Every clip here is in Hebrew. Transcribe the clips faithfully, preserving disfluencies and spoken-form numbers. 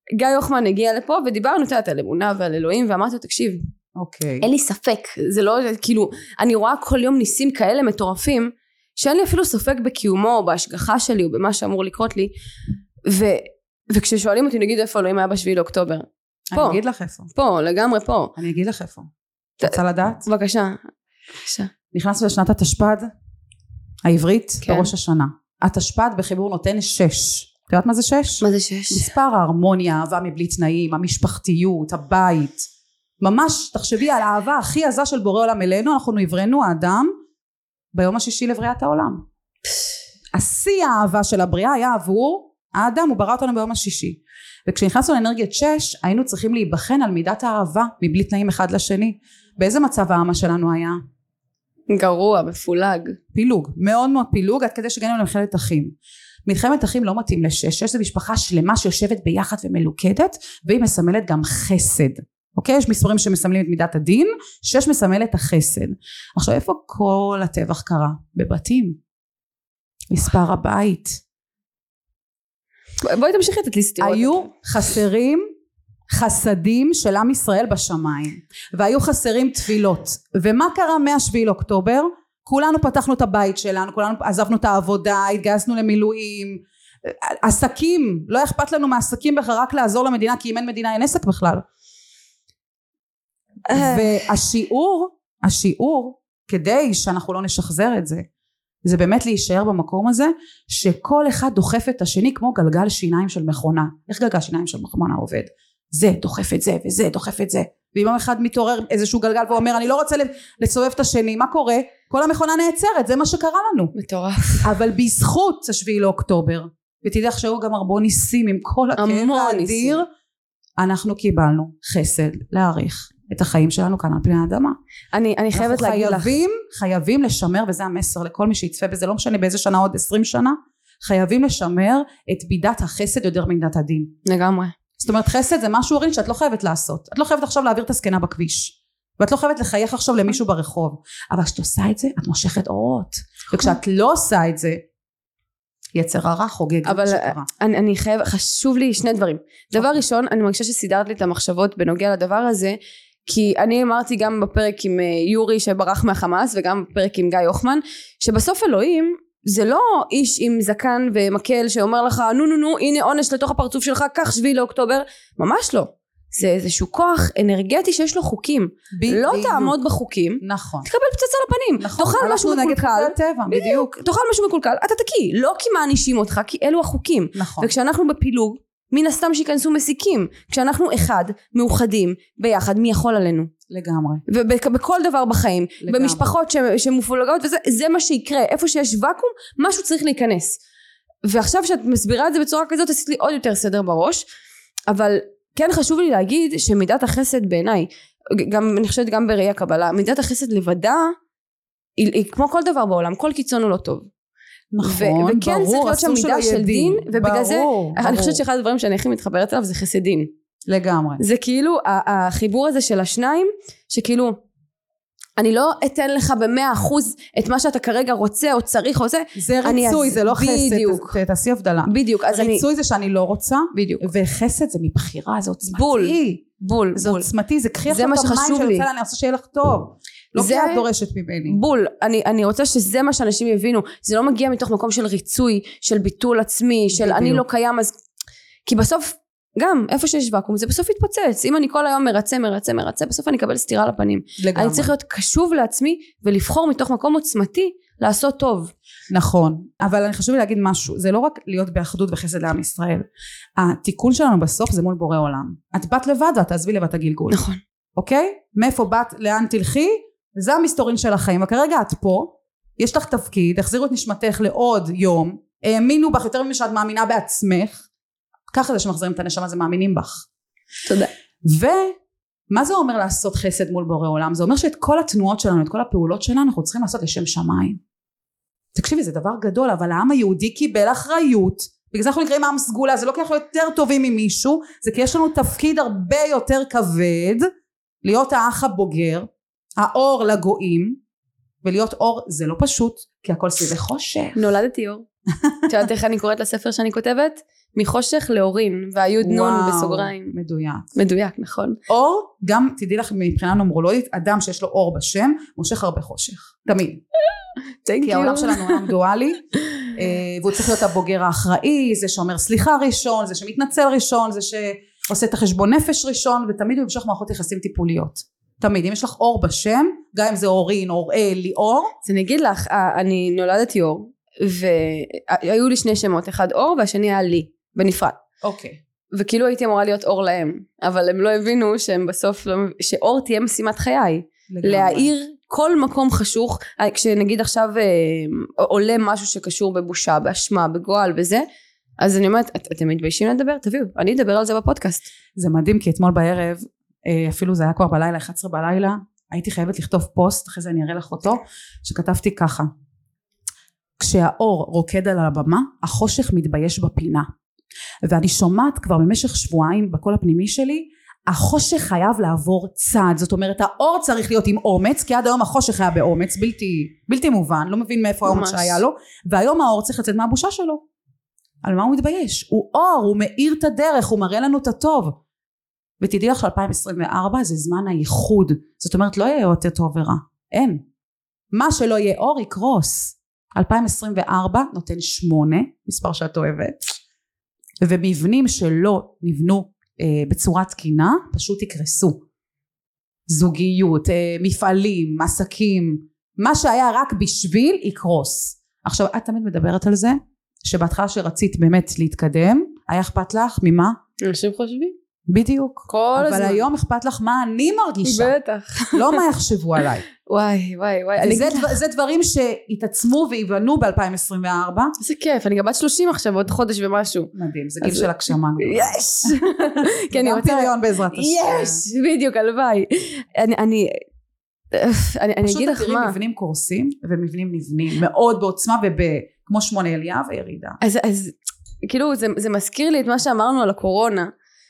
גיא יוחמן הגיע לפה ודיברנו תעת על אמונה ועל אלוהים, ואמרתי לו תקשיב, אוקיי. אין לי ספק, זה לא כאילו, אני רואה כל יום ניסים כאלה מטורפים, שאין לי אפילו ספק בקיומו או בהשגחה שלי או במה שאמור לקרות לי, ו, וכששואלים אותי נגיד איפה אלוהים היה בשביעי לאוקטובר, פה, אני אגיד לך איפה. פה, לגמרי פה. אני אגיד לך איפה. את רוצה לדעת? בבקשה. בבקשה. נכנסנו לשנת התשפ"ד, העברית, כן. בראש השנה. התשפ"ד בחיבור נותן שש. את יודעת מה זה שש? מה זה שש? מספר ההרמוניה, האהבה מבלי תנאים, המשפחתיות, הבית. ממש תחשבי על האהבה הכי עזה של בורא עולם אלינו, אנחנו נברנו האדם ביום השישי לבריאת העולם. השיא האהבה של הבריאה היה עבור האדם, הוא ברא אותנו ביום השישי. וכשנכנסנו לאנרגיית שש, היינו צריכים להיבחן על מידת האהבה מבלי תנאים אחד לשני. באיזה מצב העם שלנו היה? גרוע, מפולג. פילוג, מאוד מאוד פילוג, עד כדי שגענו למלחמת אחים. מלחמת אחים לא מתאים לשש, שש זה משפחה שלמה שיושבת ביחד ומלוכדת, והיא מסמלת גם חסד. אוקיי? יש מספרים שמסמלים את מידת הדין, שש מסמל את החסד. עכשיו איפה כל הטבח קרה? בבתים. מספר הבית. בואי תמשיכי לתת לי סתירות. היו חסרים חסדים של עם ישראל בשמיים, והיו חסרים תפילות. ומה קרה מהשביעי לאוקטובר? כולנו פתחנו את הבית שלנו, כולנו עזבנו את העבודה, התגייסנו למילואים, עסקים, לא אכפת לנו מעסקים בכלל, רק לעזור למדינה, כי אם אין מדינה אין עסק בכלל. והשיעור, השיעור, כדי שאנחנו לא נשחזר את זה, זה באמת להישאר במקום הזה, שכל אחד דוחף את השני כמו גלגל שיניים של מכונה. איך גלגל שיניים של מכונה עובד? זה דוחף את זה וזה דוחף את זה. ואם יום אחד מתעורר איזשהו גלגל ואומר אני לא רוצה לסובב את השני, מה קורה? כל המכונה נעצרת, זה מה שקרה לנו. מטורף. אבל בזכות השביעי לאוקטובר, ותדעי שהיו גם הרבה ניסים עם כל הכאב האדיר, אנחנו קיבלנו חסד להאריך את החיים שלנו כאן על פני האדמה. אני, אני חייבת להגיד לך. חייבים, חייבים לשמר, וזה המסר לכל מי שיצפה בזה, לא משנה באיזה שנה, עוד עשרים שנה, חייבים לשמר את מידת החסד יותר מידת הדין. לגמרי. זאת אומרת חסד זה משהו אורין שאת לא חייבת לעשות. את לא חייבת עכשיו להעביר את הסקנה בכביש. ואת לא חייבת לחייך עכשיו למישהו ברחוב. אבל כשאת עושה את זה, את מושכת אורות. וכשאת לא עושה את זה, יצר הרע חוגג. אבל אני, אני חייב, חשוב לי שני דברים. דבר ראשון, אני מרגישה שסידרת לי את המחשבות בנוגע לדבר הזה, כי אני אמרתי גם בפרק עם יורי שברח מהחמאס, וגם בפרק עם גיא יוחמן, שבסוף אלוהים, זה לא איש עם זקן ומקל שאומר לך נו נו נו הנה עונש לתוך הפרצוף שלך, כך שביעי לאוקטובר, ממש לא. זה איזשהו כוח אנרגטי שיש לו חוקים. לא תעמוד בחוקים, נכון. תקבל פצצה לפנים. תאכל משהו מקולקל, בדיוק. תאכל משהו מקולקל, אתה תקי, לא כי מענישים אותך, כי אלו החוקים. וכשאנחנו בפילוג, מן הסתם שיכנסו מסיקים. כשאנחנו אחד, מאוחדים, ביחד, מי יכול עלינו? לגמרי. ובכל דבר בחיים, לגמרי. במשפחות שמופלגות, וזה, זה מה שיקרה. איפה שיש ואקום, משהו צריך להיכנס. ועכשיו שאת מסבירה את זה בצורה כזאת, עשית לי עוד יותר סדר בראש. אבל כן חשוב לי להגיד שמידת החסד בעיניי, גם, אני חושבת גם בראי הקבלה, מידת החסד לבדה, היא, היא כמו כל דבר בעולם, כל קיצון הוא לא טוב. נכון, ו- וכן ברור, צריך להיות שם מידה של דין, ובגלל ברור, זה ברור. אני חושבת שאחד הדברים שאני הכי מתחברת אליו זה חסד דין. לגמרי. זה כאילו החיבור הזה של השניים, שכאילו אני לא אתן לך במאה אחוז את מה שאתה כרגע רוצה או צריך או זה. זה ריצוי, זה לא חסד, בדיוק. תעשי הבדלה. בדיוק. ריצוי זה שאני לא רוצה, בדיוק. וחסד זה מבחירה, זה עוצמתי. בול, בול. זה עוצמתי, זה קחי זה מה שחשוב לי. אני רוצה שיהיה לך טוב. לא כי את דורשת ממני. בול, אני, אני רוצה שזה מה שאנשים יבינו, זה לא מגיע מתוך מקום של ריצוי, של ביטול עצמי, של בדיוק. אני לא קיים, אז... כי בסוף, גם איפה שיש ואקום, זה בסוף יתפוצץ, אם אני כל היום מרצה, מרצה, מרצה, בסוף אני אקבל סתירה לפנים. לגמרי. אני צריך להיות קשוב לעצמי, ולבחור מתוך מקום עוצמתי, לעשות טוב. נכון, אבל אני חשוב לי להגיד משהו, זה לא רק להיות באחדות וחסד לעם ישראל, התיקון שלנו בסוף זה מול בורא עולם. את בת לבד ואת תעזבי לבד הגלגול. נכון. אוקיי? מאיפה באת, לאן תלכי? זה המסתורין של החיים, וכרגע את פה, יש לך תפקיד, החזירו את נשמתך לעוד יום, האמינו בך יותר משאת מאמינה בעצמך, ככה זה שמחזירים את הנשמה, זה מאמינים בך. תודה. ומה זה אומר לעשות חסד מול בורא עולם? זה אומר שאת כל התנועות שלנו, את כל הפעולות שלנו, אנחנו צריכים לעשות לשם שמיים. תקשיבי, זה דבר גדול, אבל העם היהודי קיבל אחריות, בגלל זה אנחנו נקראים עם סגולה, זה לא כי אנחנו יותר טובים ממישהו, זה כי יש לנו תפקיד הרבה יותר כבד, להיות האח הבוגר, האור לגויים, ולהיות אור זה לא פשוט, כי הכל סביבי חושך. נולדתי אור. את יודעת איך אני קוראת לספר שאני כותבת? מחושך לאורין, והיוד נון בסוגריים. מדויק. מדויק, נכון. אור, גם תדעי לך מבחינה נומרולוגית, אדם שיש לו אור בשם, מושך הרבה חושך. תמיד. כי העולם שלנו עולם דואלי, והוא צריך להיות הבוגר האחראי, זה שאומר סליחה ראשון, זה שמתנצל ראשון, זה שעושה את החשבון נפש ראשון, ותמיד הוא ימשוך מערכות יחסים טיפוליות. תמיד, אם יש לך אור בשם, גם אם זה אורין, אוראל, ליאור. אז אני אגיד לך, אני נולדתי אור, והיו לי שני שמות, אחד אור והשני היה לי, בנפרד. אוקיי. וכאילו הייתי אמורה להיות אור להם, אבל הם לא הבינו שהם בסוף, לא, שאור תהיה משימת חיי. לגמרי. להאיר כל מקום חשוך, כשנגיד עכשיו אה, עולה משהו שקשור בבושה, באשמה, בגועל, בזה, אז אני אומרת, את, אתם מתביישים לדבר? תביאו, אני אדבר על זה בפודקאסט. זה מדהים, כי אתמול בערב, אפילו זה היה כבר בלילה, אחת עשרה בלילה, הייתי חייבת לכתוב פוסט, אחרי זה אני אראה לך אותו, שכתבתי ככה, כשהאור רוקד על הבמה, החושך מתבייש בפינה. ואני שומעת כבר במשך שבועיים, בכל הפנימי שלי, החושך חייב לעבור צעד, זאת אומרת, האור צריך להיות עם אומץ, כי עד היום החושך היה באומץ, בלתי, בלתי מובן, לא מבין מאיפה האומץ שהיה לו, והיום האור צריך לצאת מהבושה שלו. על מה הוא מתבייש? הוא אור, הוא מאיר את הדרך, הוא מראה לנו את הטוב. ותדעי לך ש-אלפיים עשרים וארבע זה זמן הייחוד, זאת אומרת לא יהיה יותר טוב ורע, אין. מה שלא יהיה אור יקרוס. אלפיים עשרים וארבע נותן שמונה, מספר שאת אוהבת, ומבנים שלא נבנו אה, בצורה תקינה, פשוט יקרסו. זוגיות, אה, מפעלים, עסקים, מה שהיה רק בשביל יקרוס. עכשיו את תמיד מדברת על זה, שבהתחלה שרצית באמת להתקדם, היה אכפת לך ממה? אנשים חושבים. בדיוק. כל אבל הזמן. היום אכפת לך מה אני מרגישה. בטח. לא מה יחשבו עליי. וואי וואי וואי. זה, דבר, זה דברים שהתעצמו ויבנו ב-אלפיים עשרים וארבע. זה כיף, אני גם בת שלושים עכשיו, עוד חודש ומשהו. מדהים, זה גיל של הגשמה. יש! גם פריון בעזרת השם. יש! בדיוק, הלוואי. אני, אני, אני אגיד לך מה. פשוט תראי מבנים קורסים ומבנים נבנים, מאוד בעוצמה וכמו שמונה אליה וירידה. אז, אז כאילו זה, זה מזכיר לי את מה שאמרנו על הקורונה,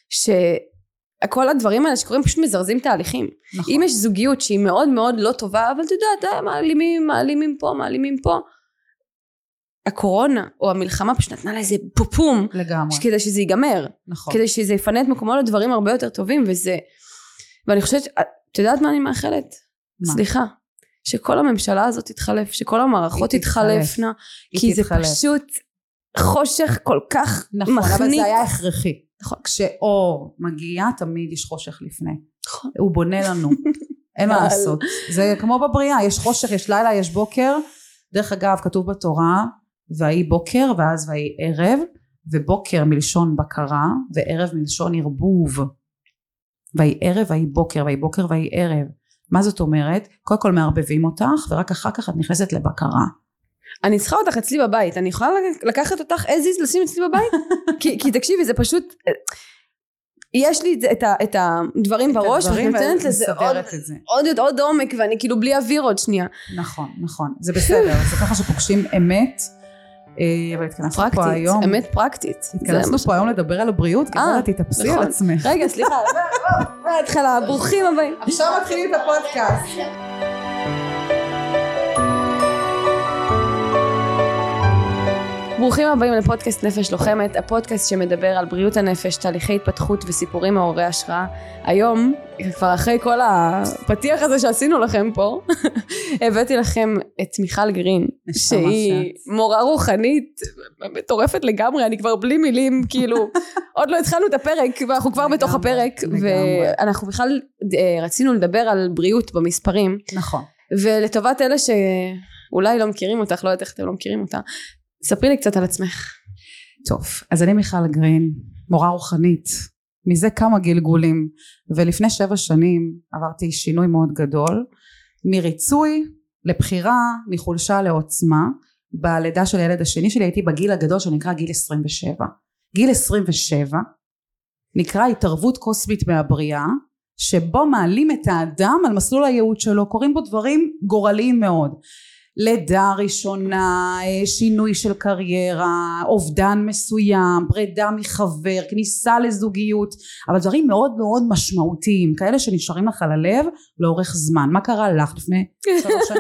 שכל הדברים האלה שקורים פשוט מזרזים תהליכים. נכון. אם יש זוגיות שהיא מאוד מאוד לא טובה, אבל אתה יודע, מעלימים, מעלימים פה, מעלימים פה, הקורונה או המלחמה פשוט נתנה לה איזה פופום, לגמרי. כדי שזה ייגמר. נכון. כדי שזה יפנה את מקומו לדברים הרבה יותר טובים, וזה, ואני חושבת, את יודעת מה אני מאחלת? מה? סליחה. שכל הממשלה הזאת תתחלף, שכל המערכות תתחלפנה, כי זה פשוט חושך כל כך נכון, מחניק. אבל זה היה הכרחי. נכון. כשאור מגיע, תמיד יש חושך לפני. נכון. הוא בונה לנו. אין מה לעשות. זה כמו בבריאה, יש חושך, יש לילה, יש בוקר. דרך אגב, כתוב בתורה, והיא בוקר, ואז והיא ערב, ובוקר מלשון בקרה, וערב מלשון ערבוב. והיא ערב, והיא בוקר, והיא בוקר, והיא ערב. מה זאת אומרת? קודם כל מערבבים אותך, ורק אחר כך את נכנסת לבקרה. אני צריכה אותך אצלי בבית, אני יכולה לקחת אותך as is, לשים אצלי בבית? כי, כי תקשיבי, זה פשוט, יש לי את, ה, את הדברים בראש, ואת נותנת לזה עוד, עוד, עוד, עוד עומק, ואני כאילו בלי אוויר עוד שנייה. נכון, נכון, זה בסדר, זה ככה שפוגשים אמת, אבל התכנסנו פה היום. אמת פרקטית. התכנסנו פה היום לדבר על הבריאות, ככה תתאפסי על עצמך. רגע, סליחה, מההתחלה, ברוכים הבאים. עכשיו מתחילים את הפודקאסט. ברוכים הבאים לפודקאסט נפש לוחמת, הפודקאסט שמדבר על בריאות הנפש, תהליכי התפתחות וסיפורים מעוררי השראה. היום, כבר אחרי כל הפתיח הזה שעשינו לכם פה, הבאתי לכם את מיכל גרין, שהיא מורה רוחנית, מטורפת לגמרי, אני כבר בלי מילים, כאילו, עוד לא התחלנו את הפרק, ואנחנו כבר בתוך הפרק, ואנחנו בכלל רצינו לדבר על בריאות במספרים. נכון. ולטובת אלה שאולי לא מכירים אותך, לא יודעת איך אתם לא מכירים אותה, ספרי לי קצת על עצמך. טוב, אז אני מיכל גרין, מורה רוחנית, מזה כמה גלגולים, ולפני שבע שנים עברתי שינוי מאוד גדול, מריצוי לבחירה, מחולשה לעוצמה. בלידה של הילד השני שלי הייתי בגיל הגדול שנקרא גיל עשרים ושבע. גיל עשרים ושבע נקרא התערבות קוסמית מהבריאה, שבו מעלים את האדם על מסלול הייעוד שלו, קוראים בו דברים גורליים מאוד. לידה ראשונה, שינוי של קריירה, אובדן מסוים, פרידה מחבר, כניסה לזוגיות, אבל דברים מאוד מאוד משמעותיים, כאלה שנשארים לך על הלב לאורך זמן. מה קרה לך לפני שלוש שנים?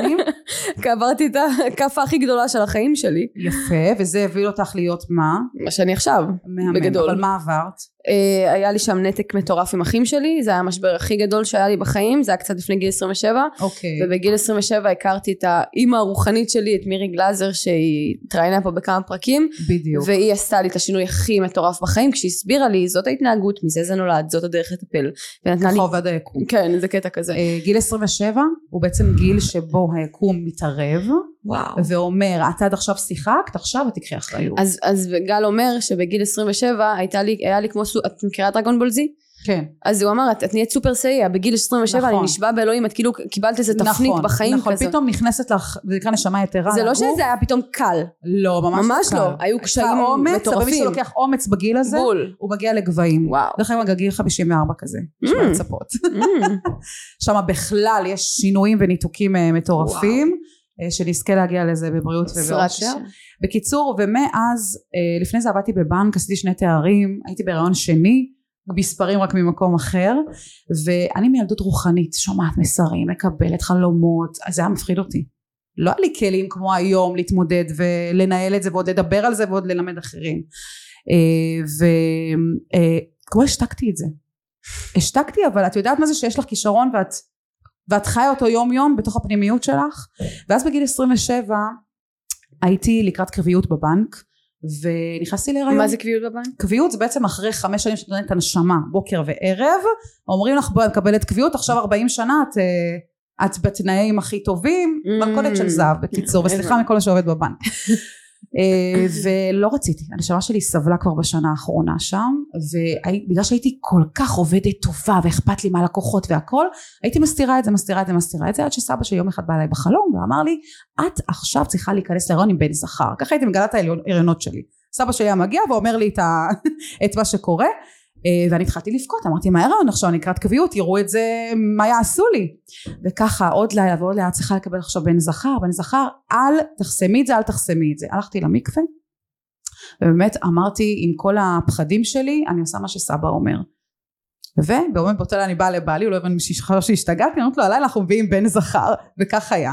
עברתי את הכאפה הכי גדולה של החיים שלי. יפה, וזה הביא אותך להיות מה? מה שאני עכשיו, מהמם, בגדול. אבל מה עברת? Uh, היה לי שם נתק מטורף עם אחים שלי, זה היה המשבר הכי גדול שהיה לי בחיים, זה היה קצת לפני גיל עשרים ושבע, אוקיי. ובגיל עשרים ושבע הכרתי את האימא הרוחנית שלי, את מירי גלזר, שהיא התראיינה פה בכמה פרקים, בדיוק. והיא עשתה לי את השינוי הכי מטורף בחיים, כשהיא הסבירה לי, זאת ההתנהגות, מזה זה נולד, זאת הדרך לטפל, ונתנה לי... עובד היקום. כן, זה קטע כזה. Uh, גיל עשרים ושבע הוא בעצם גיל שבו היקום מתערב, וואו. ואומר, את עד עכשיו שיחקת, עכשיו תקחי אחריות. אז, אז גל אומר שבגיל עשרים ושבע הייתה לי, היה לי כמו, את מכירה דרגון בולזי? כן. אז הוא אמר, את, את נהיית סופר סייע, בגיל עשרים ושבע נכון. אני נשבע באלוהים, את כאילו קיבלת איזה תפנית נכון, בחיים נכון, כזה. פתאום נכנסת לך, זה נקרא נשמה יתרה. זה לא שזה היה פתאום קל. לא, ממש, ממש לא. לא. היו קשיים מטורפים. אבל מי שלוקח אומץ בגיל הזה, בול. הוא מגיע לגבהים. וואו. דרך אגב, גיל חמישים וארבע כזה. יש מה לצפות. שם בכלל יש שינויים וניתוקים מטורפים. שנזכה להגיע לזה בבריאות ובאושר. בקיצור, ומאז, לפני זה עבדתי בבנק, עשיתי שני תארים, הייתי בהיריון שני, מספרים רק ממקום אחר, ואני מילדות רוחנית, שומעת מסרים, מקבלת חלומות, אז זה היה מפחיד אותי. לא היה לי כלים כמו היום להתמודד ולנהל את זה, ועוד לדבר על זה ועוד ללמד אחרים. וכמו השתקתי את זה. השתקתי, אבל את יודעת מה זה שיש לך כישרון ואת ואת חיה אותו יום יום בתוך הפנימיות שלך, ואז בגיל עשרים ושבע הייתי לקראת קביעות בבנק, ונכנסתי להיריון. מה זה קביעות בבנק? קביעות זה בעצם אחרי חמש שנים שאת נותנת הנשמה, בוקר וערב, אומרים לך בואי מקבלת קביעות, עכשיו ארבעים שנה את, את בתנאים הכי טובים, מלכודת של זהב בקיצור, וסליחה מכל מה שעובד בבנק. ולא רציתי, הנשמה שלי סבלה כבר בשנה האחרונה שם, ובגלל שהייתי כל כך עובדת טובה ואכפת לי מהלקוחות והכל, הייתי מסתירה את זה, מסתירה את זה, מסתירה את זה, עד שסבא שיום אחד בא אליי בחלום ואמר לי, את עכשיו צריכה להיכנס להיריון עם בן זכר. ככה הייתי מגלה את ההיריונות שלי. סבא שלי היה מגיע ואומר לי את, ה... את מה שקורה, ואני התחלתי לבכות, אמרתי מה ההיריון עכשיו, אני אקראת קביעות, יראו את זה, מה יעשו לי? וככה עוד לילה ועוד לילה צריכה לקבל עכשיו בן זכר, בן זכר, אל תחסמי את זה, אל תחסמי את זה. הלכתי למקווה, ובאמת אמרתי עם כל הפחדים שלי, אני עושה מה שסבא אומר. ובאמת באותו לילה אני באה לבעלי, הוא לא הבן משחרר שהשתגעתי, אני אומרת לו, הלילה אנחנו מביאים בן זכר, וכך היה.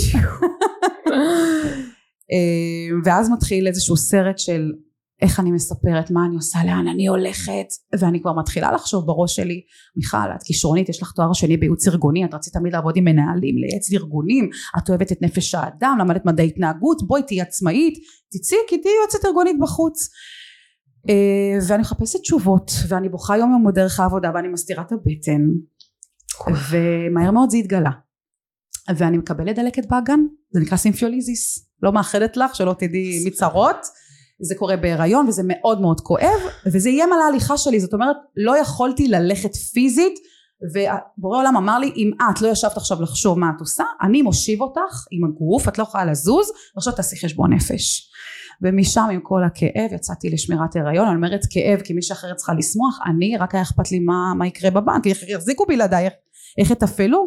ואז מתחיל איזשהו סרט של איך אני מספרת, מה אני עושה, לאן אני הולכת, ואני כבר מתחילה לחשוב בראש שלי, מיכל, את כישרונית, יש לך תואר שני בייעוץ ארגוני, את רצית תמיד לעבוד עם מנהלים, לייעץ לארגונים, את אוהבת את נפש האדם, למדת מדעי התנהגות, בואי תהיי עצמאית, תצאי, כי תהיי יועצת ארגונית בחוץ. ואני מחפשת תשובות, ואני בוכה יום יום בדרך העבודה, ואני מסתירה את הבטן, ומהר מאוד זה התגלה. ואני מקבלת דלקת באגן, זה נקרא סימפיוליזיס, לא מאחדת לך, שלא תדעי מצרות, זה קורה בהיריון וזה מאוד מאוד כואב, וזה איים על ההליכה שלי, זאת אומרת לא יכולתי ללכת פיזית, ובורא עולם אמר לי, אם את לא ישבת עכשיו לחשוב מה את עושה, אני מושיב אותך עם הגוף, את לא יכולה לזוז, ועכשיו תעשי חשבון נפש. ומשם עם כל הכאב יצאתי לשמירת הריון, אני אומרת כאב כי מישהו אחרת צריכה לשמוח, אני רק היה אכפת לי מה, מה יקרה בבנק, איך יחזיקו בלעדיי, איך, איך יתפעלו,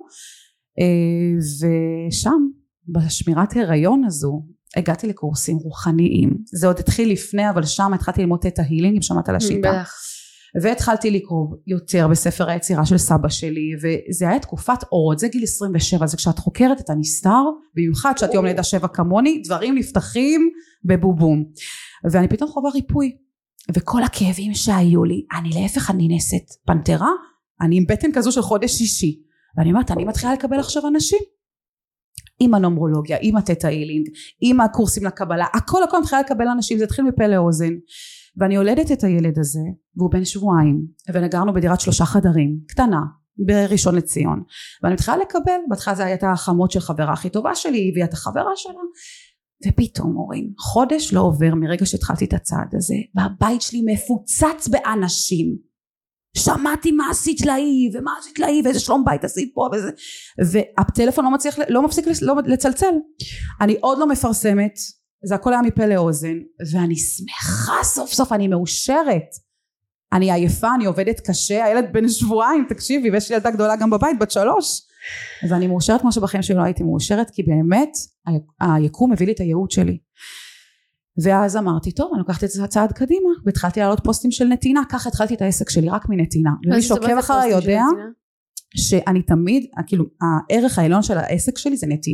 ושם בשמירת הריון הזו, הגעתי לקורסים רוחניים, זה עוד התחיל לפני, אבל שם התחלתי ללמוד את ההילינג, אם שמעת על השיטה, והתחלתי לקרוא יותר בספר היצירה של סבא שלי, וזה היה תקופת אורות, זה גיל עשרים ושבע, זה כשאת חוקרת את הנסתר, במיוחד שאת יום לידה שבע כמוני, דברים נפתחים בבובום, ואני פתאום חווה ריפוי, וכל הכאבים שהיו לי, אני להפך אני נעשית פנתרה, אני עם בטן כזו של חודש שישי, ואני אומרת, אני מתחילה לקבל עכשיו אנשים, עם הנומרולוגיה, עם התטא הילינג, עם הקורסים לקבלה, הכל הכל מתחילה לקבל אנשים, זה התחיל מפה לאוזן, ואני הולדת את הילד הזה, והוא בן שבועיים, ונגרנו בדירת שלושה חדרים, קטנה, בראשון לציון, ואני מתחילה לקבל, בהתחלה זה הייתה החמות של חברה הכי טובה שלי, היא הביאה את החברה שלה, ופתאום אומרים, חודש לא עובר מרגע שהתחלתי את הצעד הזה, והבית שלי מפוצץ באנשים, שמעתי מה עשית להיא, ומה עשית להיא, ואיזה שלום בית עשית פה, וזה, והטלפון לא מצליח, לא מפסיק לא לצלצל, אני עוד לא מפרסמת, זה הכל היה מפה לאוזן, ואני שמחה סוף סוף, אני מאושרת, אני עייפה, אני עובדת קשה, הילד בן שבועיים, תקשיבי, ויש לי ילדה גדולה גם בבית, בת שלוש, ואני מאושרת כמו שבחיים שלי לא הייתי מאושרת, כי באמת, היקום הביא לי את הייעוד שלי, ואז אמרתי, טוב, אני לוקחת את זה צעד קדימה, והתחלתי לעלות פוסטים של נתינה, ככה התחלתי את העסק שלי רק מנתינה, ומי שעוקב אחריי יודע, שאני תמיד, כאילו, הערך העליון של העסק שלי זה נתינה,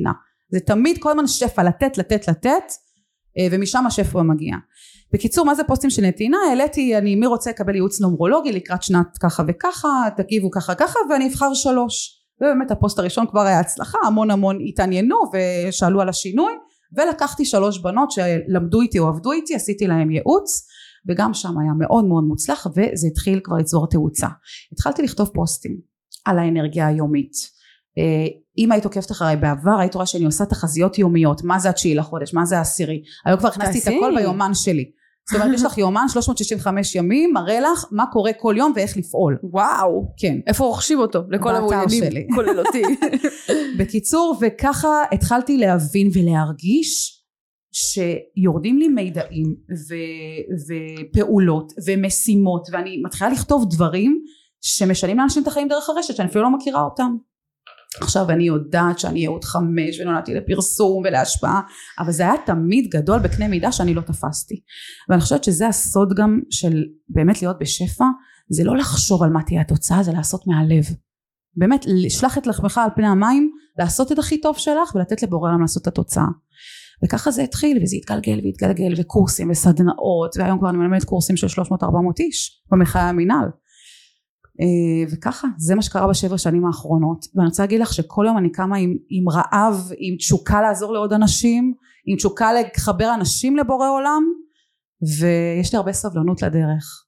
זה תמיד כל הזמן שפע, לתת, לתת, לתת, ומשם השפע מגיע. בקיצור, מה זה פוסטים של נתינה? העליתי, אני מי רוצה לקבל ייעוץ נומרולוגי לקראת שנת ככה וככה, תגיבו ככה ככה, ואני אבחר שלוש. ובאמת הפוסט הראשון כבר היה הצלחה, המון המון התעניינו ושאלו על השינוי, ולקחתי שלוש בנות שלמדו איתי או עבדו איתי, עשיתי להם ייעוץ, וגם שם היה מאוד מאוד מוצלח, וזה התחיל כבר לצבור תאוצה. התחלתי לכתוב פוסטים על האנרגיה היומית. אם היית עוקבת אחריי בעבר, היית רואה שאני עושה תחזיות יומיות, מה זה התשיעי לחודש, מה זה העשירי, היום כבר הכנסתי את הכל ביומן שלי. זאת אומרת, יש לך יומן שלוש מאות שישים וחמש ימים, מראה לך מה קורה כל יום ואיך לפעול. וואו. כן. איפה רוכשים אותו? לכל המעוניינים, כולל אותי. בקיצור, וככה התחלתי להבין ולהרגיש שיורדים לי מידעים ו- ופעולות ומשימות, ואני מתחילה לכתוב דברים שמשנים לאנשים את החיים דרך הרשת, שאני אפילו לא מכירה אותם. עכשיו אני יודעת שאני אהיה עוד חמש ונולדתי לפרסום ולהשפעה, אבל זה היה תמיד גדול בקנה מידה שאני לא תפסתי. ואני חושבת שזה הסוד גם של באמת להיות בשפע, זה לא לחשוב על מה תהיה התוצאה, זה לעשות מהלב. באמת לשלח את לחמך על פני המים, לעשות את הכי טוב שלך ולתת לבורא עולם לעשות את התוצאה. וככה זה התחיל וזה התגלגל והתגלגל וקורסים וסדנאות, והיום כבר אני מלמדת קורסים של שלוש מאות ארבע מאות איש במחיי המינהל. וככה זה מה שקרה בשבע שנים האחרונות, ואני רוצה להגיד לך שכל יום אני קמה עם, עם רעב, עם תשוקה לעזור לעוד אנשים, עם תשוקה לחבר אנשים לבורא עולם, ויש לי הרבה סבלנות לדרך.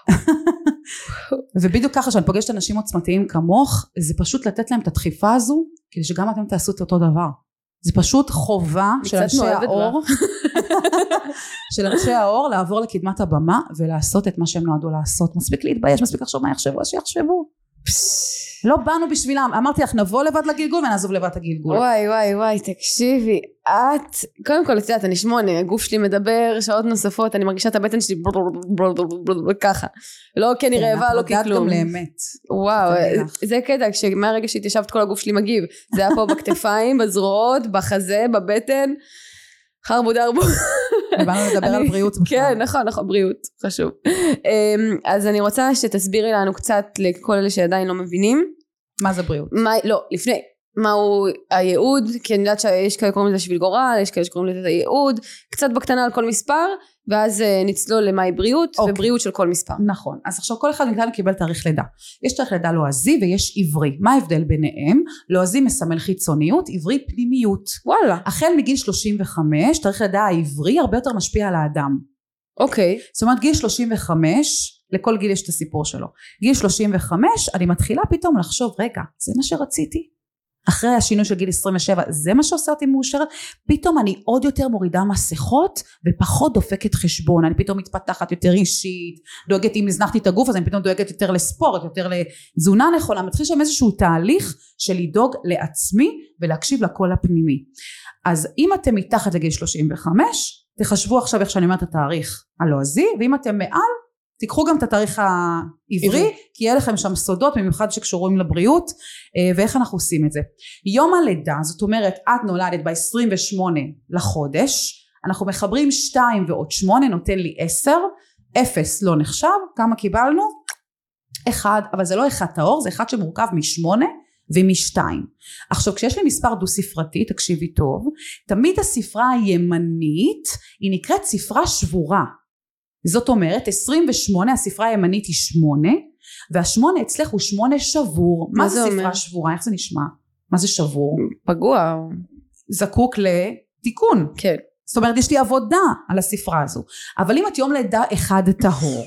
ובדיוק ככה שאני פוגשת אנשים עוצמתיים כמוך, זה פשוט לתת להם את הדחיפה הזו, כדי שגם אתם תעשו את אותו דבר. זה פשוט חובה של אנשי האור, של אנשי האור לעבור לקדמת הבמה ולעשות את מה שהם נועדו לעשות. מספיק להתבייש, מספיק לחשוב מה יחשבו, אז שיחשבו. לא באנו בשבילם, אמרתי לך נבוא לבד לגלגול ונעזוב לבד את הגלגול. וואי וואי וואי, תקשיבי, את, קודם כל את יודעת, אני שמונה, הגוף שלי מדבר שעות נוספות, אני מרגישה את הבטן שלי ככה, לא כי אני רעבה, לא כי כלום. גם לאמת. וואו, זה קטע, כשמהרגע שהתיישבת כל הגוף שלי מגיב, זה היה פה בכתפיים, בזרועות, בחזה, בבטן, חרבו דרבו. באנו לדבר על בריאות בכלל. כן, נכון, נכון, בריאות, חשוב. אז אני רוצה שתסבירי לנו קצת לכל אלה שעדיין לא מבינים. מה זה בריאות? לא, לפני. מהו הייעוד, כי אני יודעת שיש כאלה קוראים לזה שביל גורל, יש כאלה שקוראים לזה הייעוד, קצת בקטנה על כל מספר, ואז נצלול למהי בריאות, okay. ובריאות של כל מספר. נכון, אז עכשיו כל אחד מאיתנו קיבל תאריך לידה. יש תאריך לידה לועזי ויש עברי. מה ההבדל ביניהם? לועזי מסמל חיצוניות, עברי פנימיות. וואלה. החל מגיל שלושים וחמש, תאריך לידה העברי הרבה יותר משפיע על האדם. אוקיי. Okay. זאת אומרת גיל שלושים וחמש, לכל גיל יש את הסיפור שלו. גיל שלושים וחמש, אני מתחילה פתאום לחשוב, רגע, זה מה שרציתי. אחרי השינוי של גיל עשרים ושבע, זה מה שעושה אותי מאושרת, פתאום אני עוד יותר מורידה מסכות, ופחות דופקת חשבון, אני פתאום מתפתחת יותר אישית, דואגת אם הזנחתי את הגוף, אז אני פתאום דואגת יותר לספורט, יותר לתזונה נכונה, מתחיל שם איזשהו תהליך, של לדאוג לעצמי, ולהקשיב לקול הפנימי. אז אם אתם מתחת לגיל שלושים וחמש, תחשבו עכשיו איך שאני אומרת את התאריך הלועזי, ואם אתם מעל, תיקחו גם את התאריך העברי, כי יהיה לכם שם סודות, במיוחד שקשורים לבריאות, ואיך אנחנו עושים את זה. יום הלידה, זאת אומרת, את נולדת ב-עשרים ושמונה לחודש, אנחנו מחברים שתיים ועוד שמונה, נותן לי עשר, אפס לא נחשב, כמה קיבלנו? אחד, אבל זה לא אחד טהור, זה אחד שמורכב משמונה ומשתיים. עכשיו, כשיש לי מספר דו ספרתי, תקשיבי טוב, תמיד הספרה הימנית, היא נקראת ספרה שבורה, זאת אומרת, עשרים ושמונה, הספרה הימנית היא שמונה, והשמונה אצלך הוא שמונה שבור. מה, מה זה ספרה אומר? שבורה? איך זה נשמע? מה זה שבור? פגוע. זקוק לתיקון. כן. זאת אומרת, יש לי עבודה על הספרה הזו. אבל אם את יום לידה אחד טהור,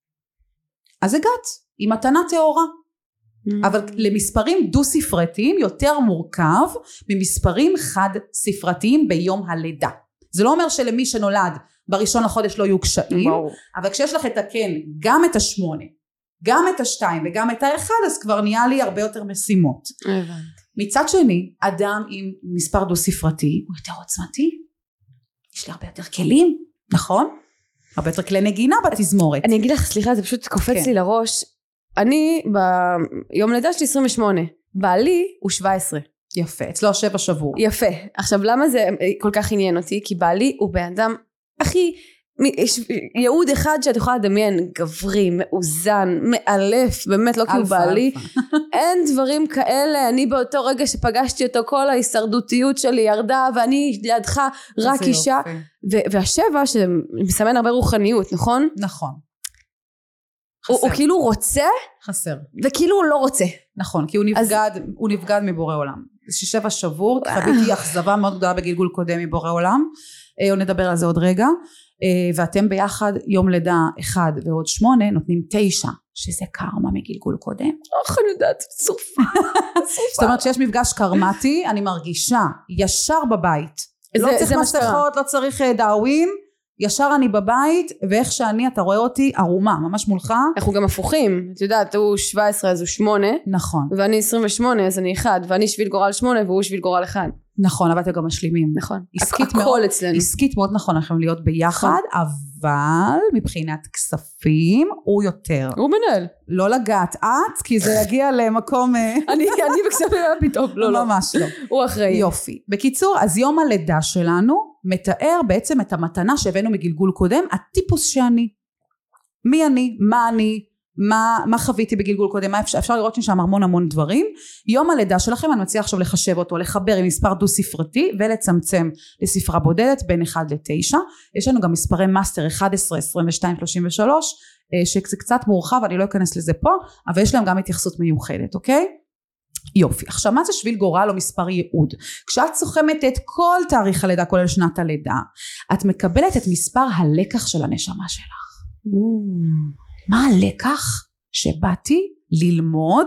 אז הגעת, היא מתנה טהורה. Mm-hmm. אבל למספרים דו ספרתיים יותר מורכב, ממספרים חד ספרתיים ביום הלידה. זה לא אומר שלמי שנולד, בראשון לחודש לא יהיו קשיים, אבל כשיש לך את הכן, גם את השמונה, גם את השתיים וגם את האחד, אז כבר נהיה לי הרבה יותר משימות. מצד שני, אדם עם מספר דו ספרתי, הוא יותר עוצמתי, יש לי הרבה יותר כלים, נכון? הרבה יותר כלי נגינה בתזמורת. אני אגיד לך, סליחה, זה פשוט קופץ לי לראש, אני ביום לידה שלי עשרים ושמונה, בעלי הוא שבע עשרה. יפה, אצלו שבע שבוע. יפה, עכשיו למה זה כל כך עניין אותי? כי בעלי הוא באדם הכי ייעוד אחד שאת יכולה לדמיין, גברי, מאוזן, מאלף, באמת לא כאילו בעלי, אין דברים כאלה, אני באותו רגע שפגשתי אותו, כל ההישרדותיות שלי ירדה, ואני לידך רק אישה, והשבע שמסמן הרבה רוחניות, נכון? נכון. הוא כאילו רוצה, חסר. וכאילו הוא לא רוצה. נכון, כי הוא נבגד, הוא נבגד מבורא עולם. שבע שבור, חוויתי אכזבה מאוד גדולה בגלגול קודם מבורא עולם, או נדבר על זה עוד רגע, ואתם ביחד יום לידה אחד ועוד שמונה נותנים תשע, שזה קרמה מגלגול קודם. איך אני יודעת, צופה. זאת אומרת שיש מפגש קרמטי, אני מרגישה ישר בבית. לא צריך מסכות, לא צריך דאווין, ישר אני בבית, ואיך שאני, אתה רואה אותי ערומה, ממש מולך. אנחנו גם הפוכים, את יודעת, הוא שבע עשרה אז הוא שמונה. נכון. ואני עשרים ושמונה אז אני אחד, ואני שביל גורל שמונה והוא שביל גורל אחד. נכון, אבל אתם גם משלימים. נכון. עסקית הכל מאוד, אצלנו. עסקית מאוד נכון, אנחנו יכולים להיות ביחד, אבל מבחינת כספים הוא יותר. הוא מנהל. לא לגעת את, כי זה יגיע למקום... אני, אני בכספים פתאום, לא, לא. ממש לא. הוא אחראי. יופי. בקיצור, אז יום הלידה שלנו מתאר בעצם את המתנה שהבאנו מגלגול קודם, הטיפוס שאני. מי אני? מה אני? מה, מה חוויתי בגלגול קודם? מה אפשר, אפשר לראות שם המון המון דברים. יום הלידה שלכם, אני מציעה עכשיו לחשב אותו, לחבר עם מספר דו ספרתי, ולצמצם לספרה בודדת בין אחד לתשע. יש לנו גם מספרי מאסטר אחת עשרה, עשרים ושתיים, שלושים ושלוש, שזה קצת מורחב, אני לא אכנס לזה פה, אבל יש להם גם התייחסות מיוחדת, אוקיי? יופי. עכשיו, מה זה שביל גורל או מספר ייעוד? כשאת סוכמת את כל תאריך הלידה, כולל שנת הלידה, את מקבלת את מספר הלקח של הנשמה שלך. מה הלקח? שבאתי ללמוד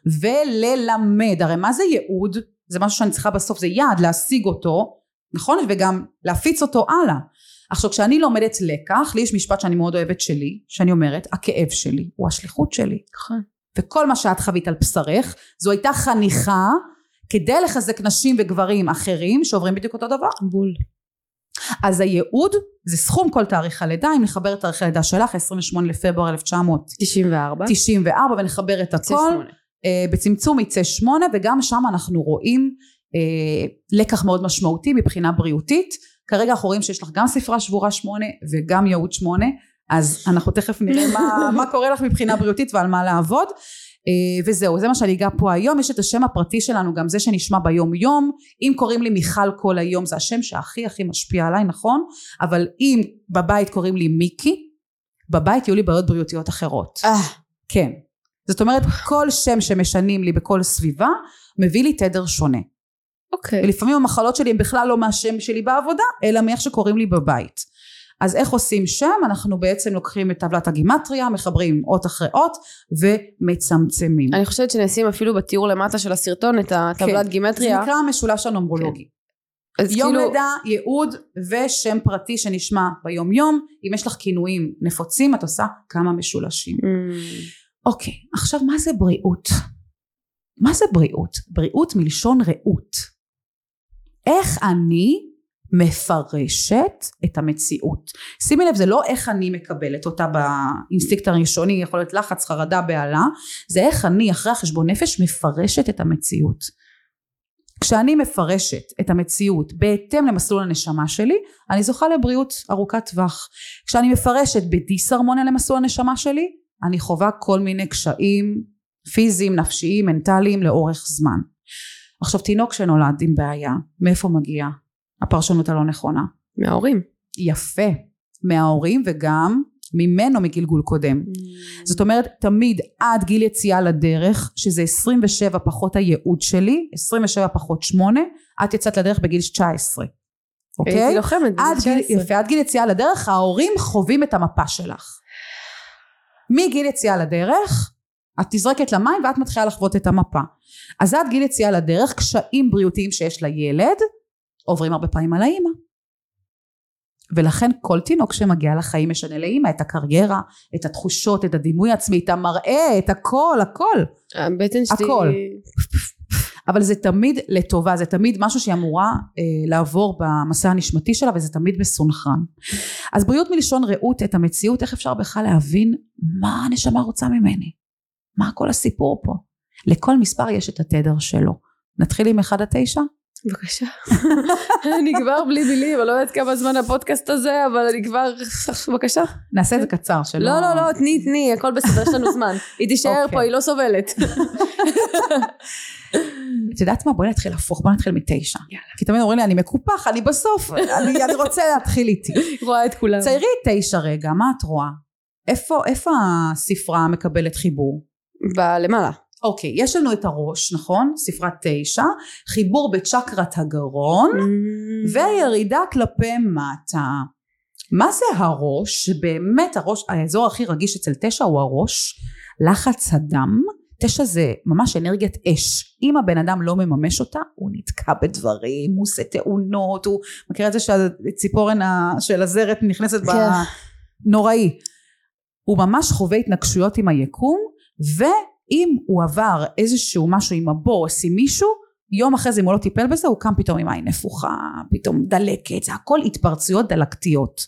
וללמד. הרי מה זה ייעוד? זה משהו שאני צריכה בסוף, זה יעד להשיג אותו, נכון? וגם להפיץ אותו הלאה. עכשיו, כשאני לומדת לקח, לי יש משפט שאני מאוד אוהבת שלי, שאני אומרת, הכאב שלי הוא השליחות שלי. נכון. וכל מה שאת חווית על בשרך, זו הייתה חניכה כדי לחזק נשים וגברים אחרים שעוברים בדיוק אותו דבר. בול. אז הייעוד זה סכום כל תאריך הלידה, אם נחבר את תאריך הלידה שלך, עשרים ושמונה לפברואר אלף תשע מאות תשעים וארבע, ונחבר את הכל, בצמצום יצא שמונה, וגם שם אנחנו רואים לקח מאוד משמעותי מבחינה בריאותית. כרגע אנחנו רואים שיש לך גם ספרה שבורה שמונה וגם ייעוד שמונה, אז אנחנו תכף נראה מה, מה קורה לך מבחינה בריאותית ועל מה לעבוד. וזהו, זה מה שאני אגע פה היום. יש את השם הפרטי שלנו, גם זה שנשמע ביום יום. אם קוראים לי מיכל כל היום, זה השם שהכי הכי משפיע עליי, נכון? אבל אם בבית קוראים לי מיקי, בבית יהיו לי בעיות בריאותיות אחרות. כן. זאת אומרת, כל שם שמשנים לי בכל סביבה, מביא לי תדר שונה. אוקיי. ולפעמים המחלות שלי הם בכלל לא מהשם שלי בעבודה, אלא מאיך שקוראים לי בבית. אז איך עושים שם? אנחנו בעצם לוקחים את טבלת הגימטריה, מחברים אות אחרי אות, ומצמצמים. אני חושבת שנשים אפילו בתיאור למטה של הסרטון את הטבלת כן. גימטריה. זה נקרא המשולש הנומרולוגי. כן. יום כאילו... לידה, ייעוד ושם פרטי שנשמע ביום יום. אם יש לך כינויים נפוצים, את עושה כמה משולשים. Mm. אוקיי, עכשיו מה זה בריאות? מה זה בריאות? בריאות מלשון ראות. איך אני מפרשת את המציאות? שימי לב, זה לא איך אני מקבלת אותה באינסטינקט הראשוני, יכול להיות לחץ, חרדה, בעלה, זה איך אני אחרי החשבון נפש מפרשת את המציאות. כשאני מפרשת את המציאות בהתאם למסלול הנשמה שלי, אני זוכה לבריאות ארוכת טווח. כשאני מפרשת בדיסהרמוניה למסלול הנשמה שלי, אני חווה כל מיני קשיים פיזיים, נפשיים, מנטליים לאורך זמן. עכשיו, תינוק שנולד עם בעיה, מאיפה מגיע הפרשנות הלא נכונה? מההורים. יפה. מההורים וגם ממנו מגלגול קודם. Mm. זאת אומרת, תמיד עד גיל יציאה לדרך, שזה עשרים ושבע פחות הייעוד שלי, עשרים ושבע פחות שמונה, את יצאת לדרך בגיל תשע עשרה. אוקיי? הייתי לוחמת בגיל תשע עשרה. יפה, עד גיל יציאה לדרך, ההורים חווים את המפה שלך. מגיל יציאה לדרך, את תזרקת למים ואת מתחילה לחוות את המפה. אז עד גיל יציאה לדרך, קשיים בריאותיים שיש לילד, עוברים הרבה פעמים על האמא. ולכן כל תינוק שמגיע לחיים משנה לאמא, את הקריירה, את התחושות, את הדימוי העצמי, את המראה, את הכל, הכל. הבטן שלי... הכל. אבל זה תמיד לטובה, זה תמיד משהו שהיא אמורה אה, לעבור במסע הנשמתי שלה, וזה תמיד מסונכרן. אז בריאות מלשון ראות את המציאות, איך אפשר בכלל להבין מה הנשמה רוצה ממני? מה כל הסיפור פה? לכל מספר יש את התדר שלו. נתחיל עם אחד עד תשע? בבקשה. אני כבר בלי מילים, אני לא יודעת כמה זמן הפודקאסט הזה, אבל אני כבר, בבקשה. נעשה את זה קצר שלא... לא, לא, לא, תני, תני, הכל בסדר, יש לנו זמן. היא תישאר פה, היא לא סובלת. את יודעת מה? בואי נתחיל להפוך, בואי נתחיל מתשע. כי תמיד אומרים לי, אני מקופח, אני בסוף, אני רוצה להתחיל איתי. רואה את כולם. ציירי תשע רגע, מה את רואה? איפה הספרה מקבלת חיבור? בלמעלה. אוקיי, יש לנו את הראש, נכון? ספרת תשע, חיבור בצ'קרת הגרון, וירידה כלפי מטה. מה זה הראש? באמת הראש, האזור הכי רגיש אצל תשע הוא הראש, לחץ הדם, תשע זה ממש אנרגיית אש, אם הבן אדם לא מממש אותה, הוא נתקע בדברים, הוא עושה תאונות, הוא מכיר את זה שהציפורן של הזרת נכנסת בנוראי, הוא ממש חווה התנגשויות עם היקום, ואם הוא עבר איזשהו משהו עם הבוס, עם מישהו, יום אחרי זה אם הוא לא טיפל בזה, הוא קם פתאום עם עין נפוחה, פתאום דלקת, זה הכל התפרצויות דלקתיות.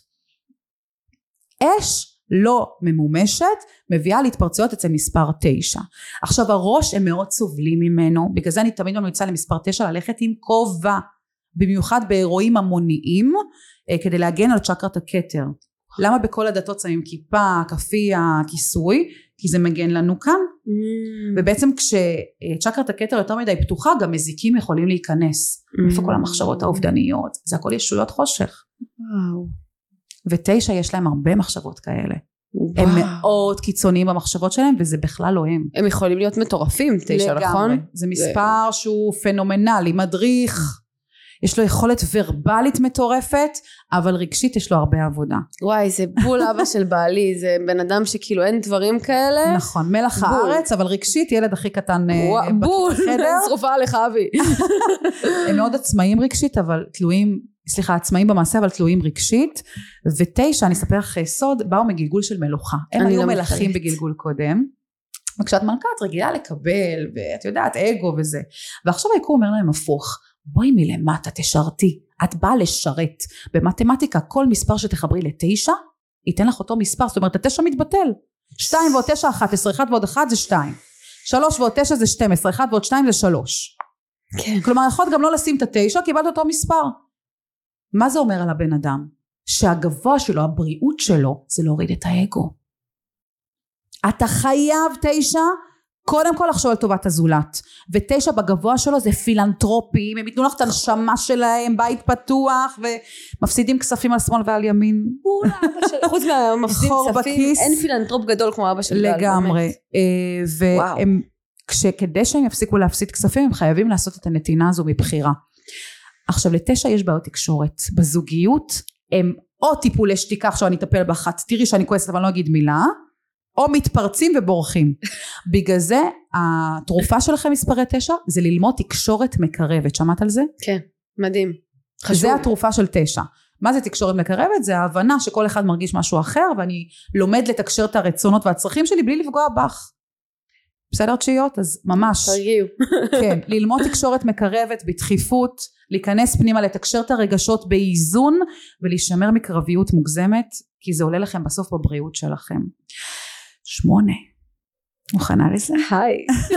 אש לא ממומשת, מביאה להתפרצויות אצל מספר תשע. עכשיו הראש הם מאוד סובלים ממנו, בגלל זה אני תמיד ממליצה למספר תשע ללכת עם כובע, במיוחד באירועים המוניים, כדי להגן על צ'קרת הכתר. למה בכל הדתות שמים כיפה, כפייה, כיסוי? כי זה מגן לנו כאן. Mm. ובעצם כשצ'קרת הכתר יותר מדי פתוחה, גם מזיקים יכולים להיכנס. Mm. איפה כל המחשבות האובדניות? זה הכל ישויות חושך. וואו. ותשע יש להם הרבה מחשבות כאלה. וואו. הם מאוד קיצוניים במחשבות שלהם, וזה בכלל לא הם. הם יכולים להיות מטורפים, תשע, לגמרי. נכון? זה מספר זה... שהוא פנומנלי, מדריך, יש לו יכולת ורבלית מטורפת, אבל רגשית יש לו הרבה עבודה. וואי, זה בול אבא של בעלי, זה בן אדם שכאילו אין דברים כאלה. נכון, מלח הארץ, אבל רגשית ילד הכי קטן בחדר. בול, שרופה עליך אבי. הם מאוד עצמאים רגשית, אבל תלויים, סליחה, עצמאים במעשה, אבל תלויים רגשית, ותשע, אני אספר לך סוד, באו מגלגול של מלוכה. הם היו מלכים בגלגול קודם, וכשאת מלכת רגילה לקבל, ואת יודעת, אגו וזה. ועכשיו היקום אומר להם הפוך, בואי מלמטה תשרתי, את באה לשרת. במתמטיקה כל מספר שתחברי לתשע, ייתן לך אותו מספר, זאת אומרת התשע מתבטל. שתיים ועוד תשע, אחת עשרה, אחד ועוד אחד זה שתיים. שלוש ועוד תשע זה שתים עשרה, אחד ועוד שתיים זה שלוש. כן. כלומר יכולת גם לא לשים את התשע, קיבלת אותו מספר. מה זה אומר על הבן אדם? שהגבוה שלו, הבריאות שלו, זה להוריד את האגו. אתה חייב תשע, קודם כל לחשוב על טובת הזולת, ותשע בגבוה שלו זה פילנטרופים, הם ייתנו לך את הנשמה שלהם, בית פתוח, ומפסידים כספים על שמאל ועל ימין. חוץ מהמפסידים כספים, אין פילנטרופ גדול כמו אבא של גל. לגמרי, וכדי שהם יפסיקו להפסיד כספים, הם חייבים לעשות את הנתינה הזו מבחירה. עכשיו לתשע יש בעיות תקשורת, בזוגיות, הם או טיפולי שתיקה, עכשיו אני אטפל באחת, תראי שאני כועסת אבל אני לא אגיד מילה, או מתפרצים ובורחים. בגלל זה התרופה שלכם מספרי תשע זה ללמוד תקשורת מקרבת. שמעת על זה? כן, מדהים. חשוב. זה התרופה של תשע. מה זה תקשורת מקרבת? זה ההבנה שכל אחד מרגיש משהו אחר, ואני לומד לתקשר את הרצונות והצרכים שלי בלי לפגוע בך. בסדר תשיעיות? אז ממש. תרגיעו. כן, ללמוד תקשורת מקרבת בדחיפות, להיכנס פנימה, לתקשר את הרגשות באיזון, ולהישמר מקרביות מוגזמת, כי זה עולה לכם בסוף בבריאות שלכם. שמונה. מוכנה לזה? היי.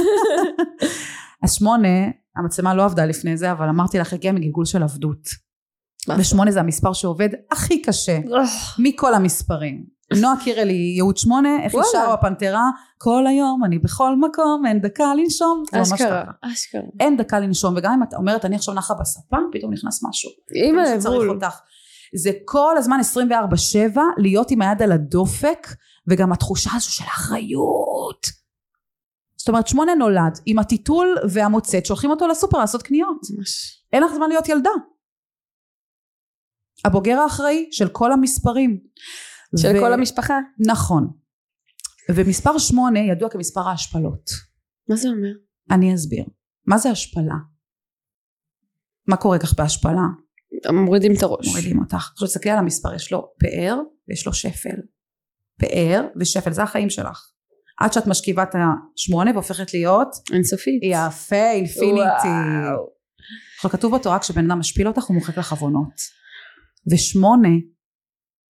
אז שמונה, המצלמה לא עבדה לפני זה, אבל אמרתי לך, הגיע מגלגול של עבדות. ושמונה זה המספר שעובד הכי קשה, מכל המספרים. נועה קירל היא ייעוד שמונה, איך ישר הפנתרה, כל היום אני בכל מקום, אין דקה לנשום. אשכרה, אשכרה. אין דקה לנשום, וגם אם את אומרת, אני עכשיו נחה בספה, פתאום נכנס משהו. אימא לבול. זה כל הזמן עשרים וארבע שבע, להיות עם היד על הדופק, וגם התחושה הזו של אחריות. זאת אומרת, שמונה נולד, עם הטיטול והמוצאת, שולחים אותו לסופר לעשות קניות. אין לך זמן להיות ילדה. הבוגר האחראי של כל המספרים. של ו... כל המשפחה. נכון. ומספר שמונה ידוע כמספר ההשפלות. מה זה אומר? אני אסביר. מה זה השפלה? מה קורה כך בהשפלה? מורידים את הראש. מורידים אותך. עכשיו תסתכלי על המספר, יש לו פאר ויש לו שפל. פאר ושפל, זה החיים שלך. עד שאת משכיבה את השמונה והופכת להיות אינסופית. יפה, אינפיניטי. עכשיו כתוב בתורה, כשבן אדם משפיל אותך הוא מוחק לך עוונות. ושמונה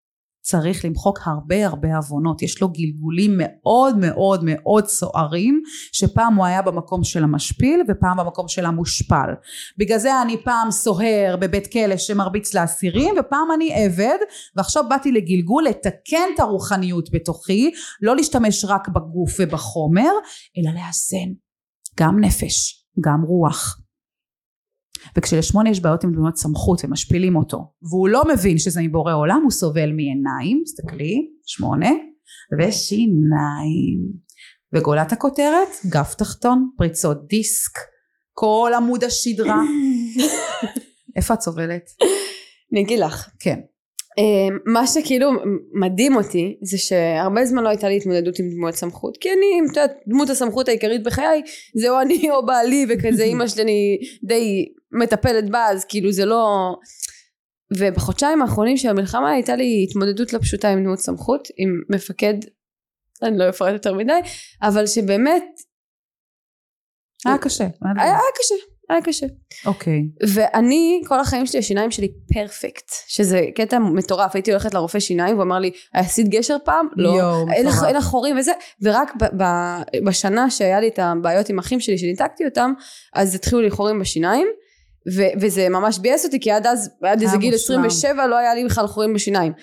צריך למחוק הרבה הרבה עוונות, יש לו גלגולים מאוד מאוד מאוד סוערים, שפעם הוא היה במקום של המשפיל ופעם במקום של המושפל. בגלל זה אני פעם סוהר בבית כלא שמרביץ לאסירים, ופעם אני עבד, ועכשיו באתי לגלגול לתקן את הרוחניות בתוכי, לא להשתמש רק בגוף ובחומר, אלא לאזן גם נפש, גם רוח. וכשלשמונה יש בעיות עם דמויות סמכות ומשפילים אותו, והוא לא מבין שזה מבורא עולם, הוא סובל מעיניים, תסתכלי, שמונה, ושיניים, וגולת הכותרת, גף תחתון, פריצות דיסק, כל עמוד השדרה. איפה את סובלת? אני אגיד לך. כן. מה שכאילו מדהים אותי זה שהרבה זמן לא הייתה לי התמודדות עם דמויות סמכות, כי אני, אתה יודע, דמות הסמכות העיקרית בחיי זה או אני או בעלי, וכזה אמא שלי אני די מטפלת בה, אז כאילו זה לא... ובחודשיים האחרונים של המלחמה הייתה לי התמודדות לא פשוטה עם דמות סמכות, עם מפקד, אני לא אפרט יותר מדי, אבל שבאמת היה קשה. היה קשה. היה קשה. אוקיי. ואני, כל החיים שלי, השיניים שלי פרפקט, שזה קטע מטורף, הייתי הולכת לרופא שיניים, והוא אמר לי, עשית גשר פעם? לא. אין לך חורים וזה, ורק בשנה שהיה לי את הבעיות עם אחים שלי, שניתקתי אותם, אז התחילו לי חורים בשיניים, וזה ממש ביאס אותי, כי עד אז, עד איזה גיל עשרים ושבע, לא היה לי בכלל חורים בשיניים.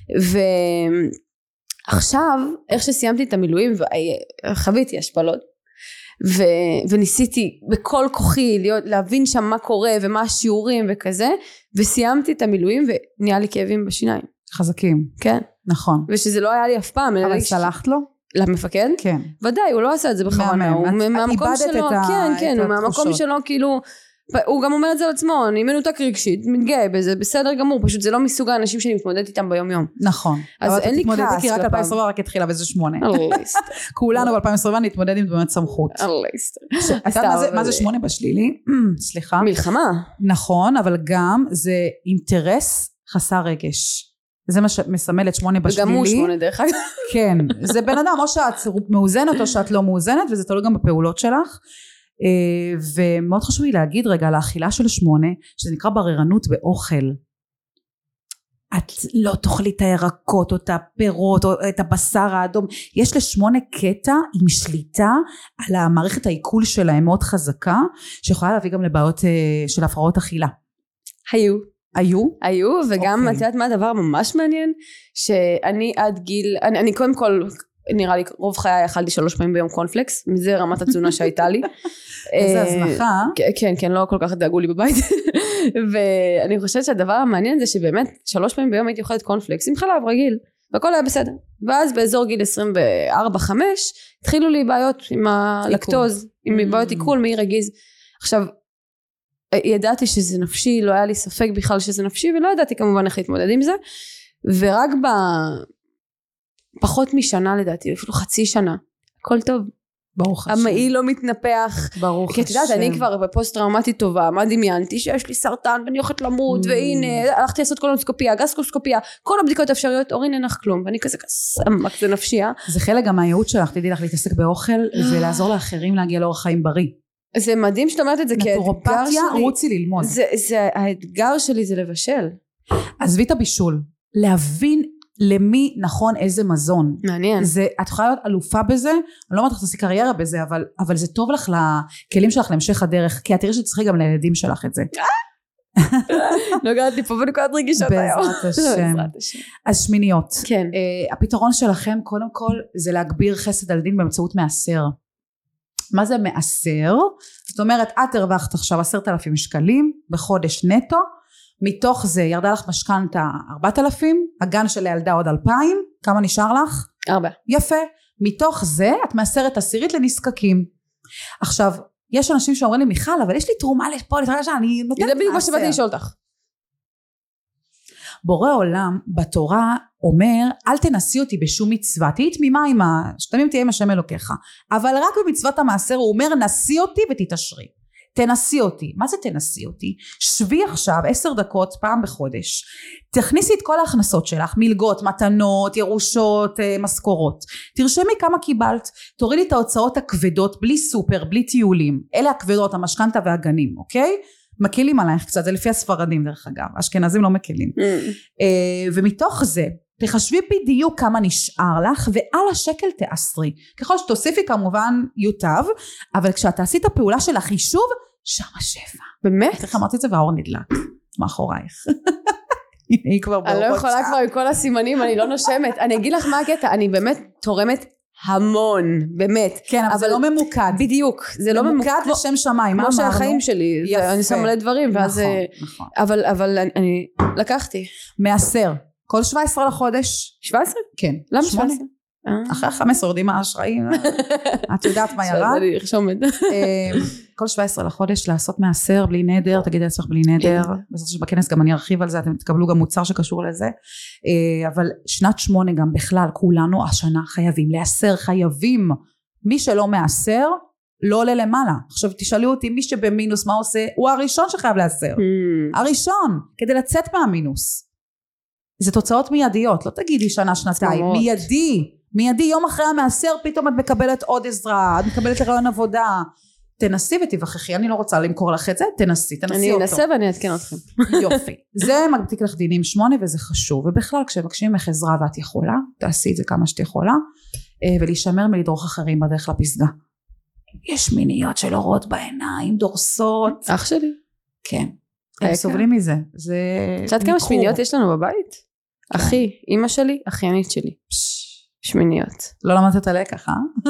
ועכשיו, איך שסיימתי את המילואים, וחוויתי השפלות, ו- וניסיתי בכל כוחי להיות, להבין שם מה קורה ומה השיעורים וכזה, וסיימתי את המילואים ונהיה לי כאבים בשיניים. חזקים. כן. נכון. ושזה לא היה לי אף פעם. אבל סלחת לו? למפקד? כן. ודאי, הוא לא עשה את זה בכוונה. הוא מהמקום שלו, כן, כן, הוא מהמקום שלו כאילו, הוא גם אומר את זה על עצמו, אני מנותק רגשית, מתגאה בזה, בסדר גמור, פשוט זה לא מסוג האנשים שאני מתמודדת איתם ביום יום. נכון. אז אין לי כעס. אבל כי רק אלפיים עשרים רק התחילה וזה שמונה. כולנו ב-אלפיים עשרים נתמודד עם דמות סמכות. מה זה שמונה בשלילי? סליחה. מלחמה. נכון, אבל גם זה אינטרס חסר רגש. זה מה שמסמל את שמונה בשלילי. וגם הוא שמונה דרך אגב. כן, זה בן אדם, או שאת מאוזנת או שאת לא מאוזנת, וזה תלוי גם בפעולות שלך. ומאוד חשוב לי להגיד רגע על האכילה של שמונה, שזה נקרא בררנות באוכל. את לא תאכלי את הירקות או את הפירות או את הבשר האדום. יש לשמונה קטע עם שליטה על המערכת העיכול שלהם מאוד חזקה, שיכולה להביא גם לבעיות של הפרעות אכילה. היו. היו? היו, וגם את יודעת מה הדבר ממש מעניין? שאני עד גיל, אני, אני קודם כל, נראה לי רוב חיי אכלתי שלוש פעמים ביום קונפלקס, מזה רמת התזונה שהייתה לי. איזה הזנחה. כן, כן, לא כל כך דאגו לי בבית. ואני חושבת שהדבר המעניין זה שבאמת שלוש פעמים ביום הייתי אוכלת קונפלקס עם חלב רגיל, והכל היה בסדר. ואז באזור גיל עשרים וארבע חמש, התחילו לי בעיות עם הלקטוז, עם בעיות עיכול מעי רגיז. עכשיו, ידעתי שזה נפשי, לא היה לי ספק בכלל שזה נפשי, ולא ידעתי כמובן איך להתמודד עם זה. ורק בפחות משנה לדעתי, אפילו חצי שנה, הכל טוב. ברוך השם. המעי לא מתנפח. ברוך השם. כי את יודעת, אני כבר בפוסט טראומטית טובה, מה דמיינתי? שיש לי סרטן ואני הולכת למות, והנה, הלכתי לעשות קולונוסקופיה, גסטרוסקופיה, כל הבדיקות האפשריות, אורין אין לך כלום, ואני כזה סמק, זה נפשי, אה? זה חלק גם מהייעוד שלך, תדעי לך להתעסק באוכל, ולעזור לאחרים להגיע לאורח חיים בריא. זה מדהים שאת אומרת את זה, כי האתגר שלי, רוצי ללמוד. זה, זה, האתגר שלי זה לבשל. עזבי את הבישול, להבין למי נכון איזה מזון. מעניין. זה, את יכולה להיות אלופה בזה, אני לא אומרת לך תעשי קריירה בזה, אבל, אבל זה טוב לך לכלים שלך להמשך הדרך, כי את תראי שתצטרכי גם לילדים שלך את זה. נוגעת לי פה בנקודת רגישות היום. בעזרת השם. אז שמיניות. כן. Uh, הפתרון שלכם קודם כל זה להגביר חסד על דין באמצעות מעשר. מה זה מעשר? זאת אומרת, את הרווחת עכשיו עשרת אלפים שקלים בחודש נטו, מתוך זה ירדה לך משכנתה ארבעת אלפים, הגן של הילדה עוד אלפיים, כמה נשאר לך? ארבע. יפה. מתוך זה את מעשרת עשירית לנזקקים. עכשיו, יש אנשים שאומרים לי, מיכל, אבל יש לי תרומה לפה, לתרומה שם, אני נותנת מעשר. זה בדיוק מה שבאתי לשאול אותך. בורא עולם בתורה אומר, אל תנסי אותי בשום מצווה, תהי תמימה עם ה... שתמים תהיה עם השם אלוקיך, אבל רק במצוות המעשר הוא אומר, נסי אותי ותתעשרי. תנסי אותי. מה זה תנסי אותי? שבי עכשיו עשר דקות פעם בחודש, תכניסי את כל ההכנסות שלך, מלגות, מתנות, ירושות, משכורות, תרשמי כמה קיבלת, תורידי את ההוצאות הכבדות, בלי סופר, בלי טיולים, אלה הכבדות, המשכנתה והגנים, אוקיי? מקילים עלייך קצת, זה לפי הספרדים דרך אגב, אשכנזים לא מקילים. Mm. ומתוך זה, תחשבי בדיוק כמה נשאר לך, ועל השקל תאסרי. ככל שתוסיפי כמובן יוטב, אבל כשאת עשית הפעולה של החישוב, שם השבע. באמת? איך אמרתי את זה והאור נדלק, מאחורייך. היא כבר אני לא יכולה כבר עם כל הסימנים, אני לא נושמת. אני אגיד לך מה הקטע, אני באמת תורמת המון, באמת. כן, אבל זה לא ממוקד. בדיוק, זה לא ממוקד. ממוקד לשם שמיים, כמו שהחיים שלי, אני שמה מלא דברים, ואז... נכון. אבל אני לקחתי. מעשר. כל שבע עשרה לחודש. שבע עשרה? כן. למה שבע עשרה? אחרי חמש עשרה יורדים האשראים. את יודעת מה ירד? כל שבע עשרה לחודש לעשות מעשר בלי נדר, תגידי לעצמך בלי נדר. בסופו של בכנס גם אני ארחיב על זה, אתם תקבלו גם מוצר שקשור לזה. אבל שנת שמונה גם בכלל, כולנו השנה חייבים לעשר, חייבים. מי שלא מעשר, לא עולה למעלה. עכשיו תשאלו אותי, מי שבמינוס מה עושה? הוא הראשון שחייב לעשר. הראשון, כדי לצאת מהמינוס. זה תוצאות מיידיות, לא תגידי שנה, שנתיים, מיידי, מיידי, יום אחרי המעשר, פתאום את מקבלת עוד עזרה, את מקבלת לרעיון עבודה, תנסי ותבחכי, אני לא רוצה למכור לך את זה, תנסי, תנסי אני אותו. אנסה ואני אתקן אתכם. יופי, זה מדביק לך דינים שמונה וזה חשוב, ובכלל כשמבקשים ממך עזרה ואת יכולה, תעשי את זה כמה שאת יכולה, ולהישמר מלדרוך אחרים בדרך לפסגה. יש מיניות שלא רואות בעיניים, דורסות. אח שלי. כן. הם סובלים מזה, זה... קצת כמה שמיניות יש לנו בבית? אחי, אמא שלי, אחיינית שלי. שמיניות. לא למדת את הלקח, אה?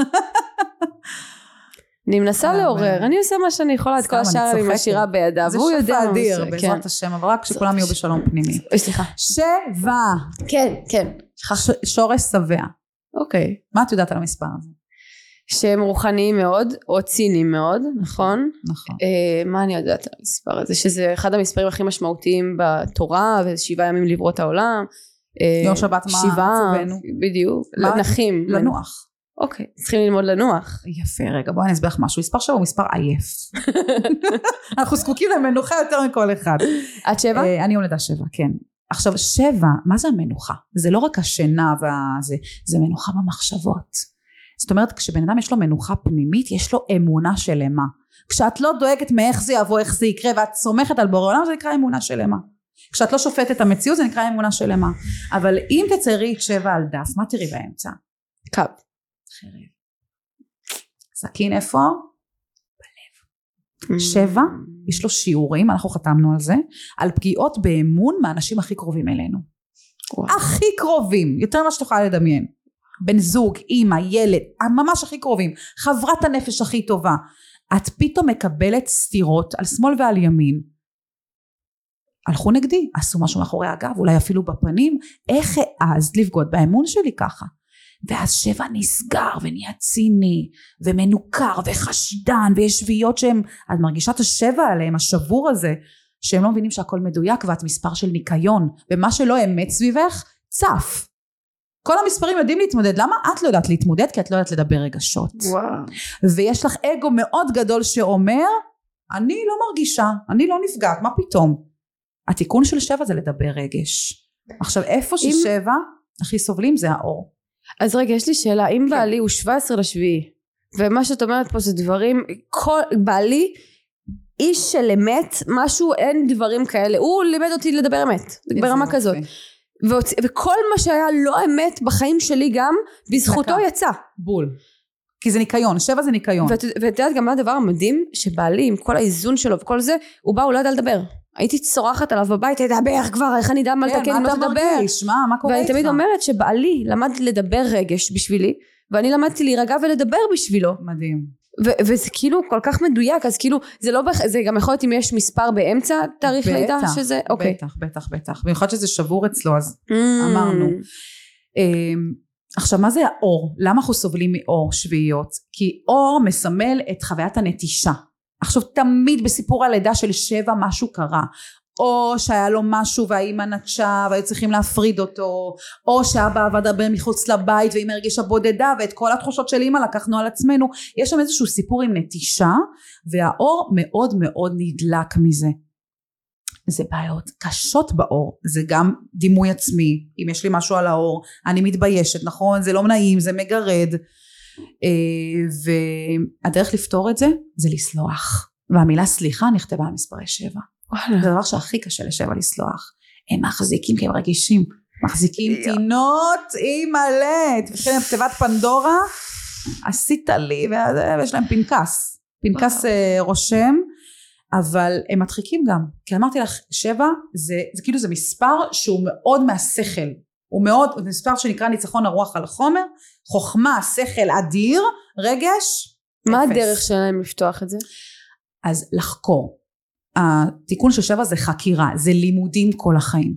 אני מנסה לעורר, אני עושה מה שאני יכולה, את כל השאר אני משאירה בידיו, זה שפע אדיר, בעזרת השם, אבל רק שכולם יהיו בשלום פנימי. סליחה. שבע. כן, כן. שורש שבע. אוקיי. מה את יודעת על המספר הזה? שהם רוחניים מאוד, או ציניים מאוד, נכון? נכון. מה אני יודעת על המספר הזה? שזה אחד המספרים הכי משמעותיים בתורה, ושבעה ימים לברוא את העולם. יום שבת מה צווינו? בדיוק. נחים. לנוח. אוקיי, צריכים ללמוד לנוח. יפה, רגע, בואי אני אסביר לך משהו. מספר שבע הוא מספר עייף. אנחנו זקוקים למנוחה יותר מכל אחד. עד שבע? אני יולדה שבע, כן. עכשיו, שבע, מה זה המנוחה? זה לא רק השינה והזה, זה מנוחה במחשבות. זאת אומרת, כשבן אדם יש לו מנוחה פנימית, יש לו אמונה שלמה. כשאת לא דואגת מאיך זה יבוא, איך זה יקרה, ואת סומכת על בורא עולם, זה נקרא אמונה שלמה. כשאת לא שופטת את המציאות, זה נקרא אמונה שלמה. אבל אם תציירי את שבע על דף, מה תראי באמצע? קו. חרב. סכין איפה? בלב. שבע, יש לו שיעורים, אנחנו חתמנו על זה, על פגיעות באמון מהאנשים הכי קרובים אלינו. הכי קרובים, יותר ממה שתוכל לדמיין. בן זוג, אמא, ילד, ממש הכי קרובים, חברת הנפש הכי טובה. את פתאום מקבלת סתירות על שמאל ועל ימין. הלכו נגדי, עשו משהו מאחורי הגב, אולי אפילו בפנים, איך העזת לבגוד באמון שלי ככה? ואז שבע נסגר ונהיה ציני ומנוכר וחשדן, ויש שביעות שהם, את מרגישה את השבע עליהם, השבור הזה, שהם לא מבינים שהכל מדויק, ואת מספר של ניקיון, ומה שלא אמת סביבך, צף. כל המספרים יודעים להתמודד, למה את לא יודעת להתמודד? כי את לא יודעת לדבר רגשות. וואו. ויש לך אגו מאוד גדול שאומר, אני לא מרגישה, אני לא נפגעת, מה פתאום? התיקון של שבע זה לדבר רגש. עכשיו איפה ששבע הכי סובלים זה האור. אז רגע, יש לי שאלה, אם כן. בעלי הוא שבע עשרה לשביעי, ומה שאת אומרת פה זה דברים, כל, בעלי איש של אמת, משהו, אין דברים כאלה, הוא לימד אותי לדבר אמת, ברמה כזאת. והוצ... וכל מה שהיה לא אמת בחיים שלי גם, בזכותו דקה. יצא. בול. כי זה ניקיון, שבע זה ניקיון. ואת, ואת יודעת גם מה הדבר המדהים, שבעלי עם כל האיזון שלו וכל זה, הוא בא, הוא לא ידע לדבר. הייתי צורחת עליו בבית, תדבר כבר, איך אני יודע מה לתקן, כן, מה אתה מרגיש, מה, מה קורה איתך? ואני תמיד אומרת שבעלי למד לדבר רגש בשבילי, ואני למדתי להירגע ולדבר בשבילו. מדהים. ו- וזה כאילו כל כך מדויק, אז כאילו, זה לא, בח- זה גם יכול להיות אם יש מספר באמצע תאריך לידה שזה, אוקיי. בטח, בטח, בטח. במיוחד שזה שבור אצלו, אז אמרנו. עכשיו, מה זה האור? למה אנחנו סובלים מאור שביעיות? כי אור מסמל את חוויית הנטישה. עכשיו, תמיד בסיפור הלידה של שבע משהו קרה. או שהיה לו משהו והאימא נטשה והיו צריכים להפריד אותו, או שאבא עבד הרבה מחוץ לבית ואימא הרגישה בודדה, ואת כל התחושות של אימא לקחנו על עצמנו. יש שם איזשהו סיפור עם נטישה, והאור מאוד מאוד נדלק מזה. זה בעיות קשות באור, זה גם דימוי עצמי, אם יש לי משהו על האור, אני מתביישת, נכון? זה לא נעים, זה מגרד, והדרך לפתור את זה, זה לסלוח, והמילה סליחה נכתבה על מספרי שבע. זה הדבר שהכי קשה לשבע לסלוח, הם מחזיקים כי הם רגישים, מחזיקים טינות, היא מלא, תפתחי להם כתיבת פנדורה, עשית לי, ויש להם פנקס, פנקס רושם, אבל הם מדחיקים גם, כי אמרתי לך, שבע, זה, זה כאילו זה מספר שהוא מאוד מהשכל, הוא מאוד, זה מספר שנקרא ניצחון הרוח על החומר, חוכמה, שכל אדיר, רגש, מה אפס. הדרך שלהם לפתוח את זה? אז לחקור. התיקון של שבע זה חקירה, זה לימודים כל החיים.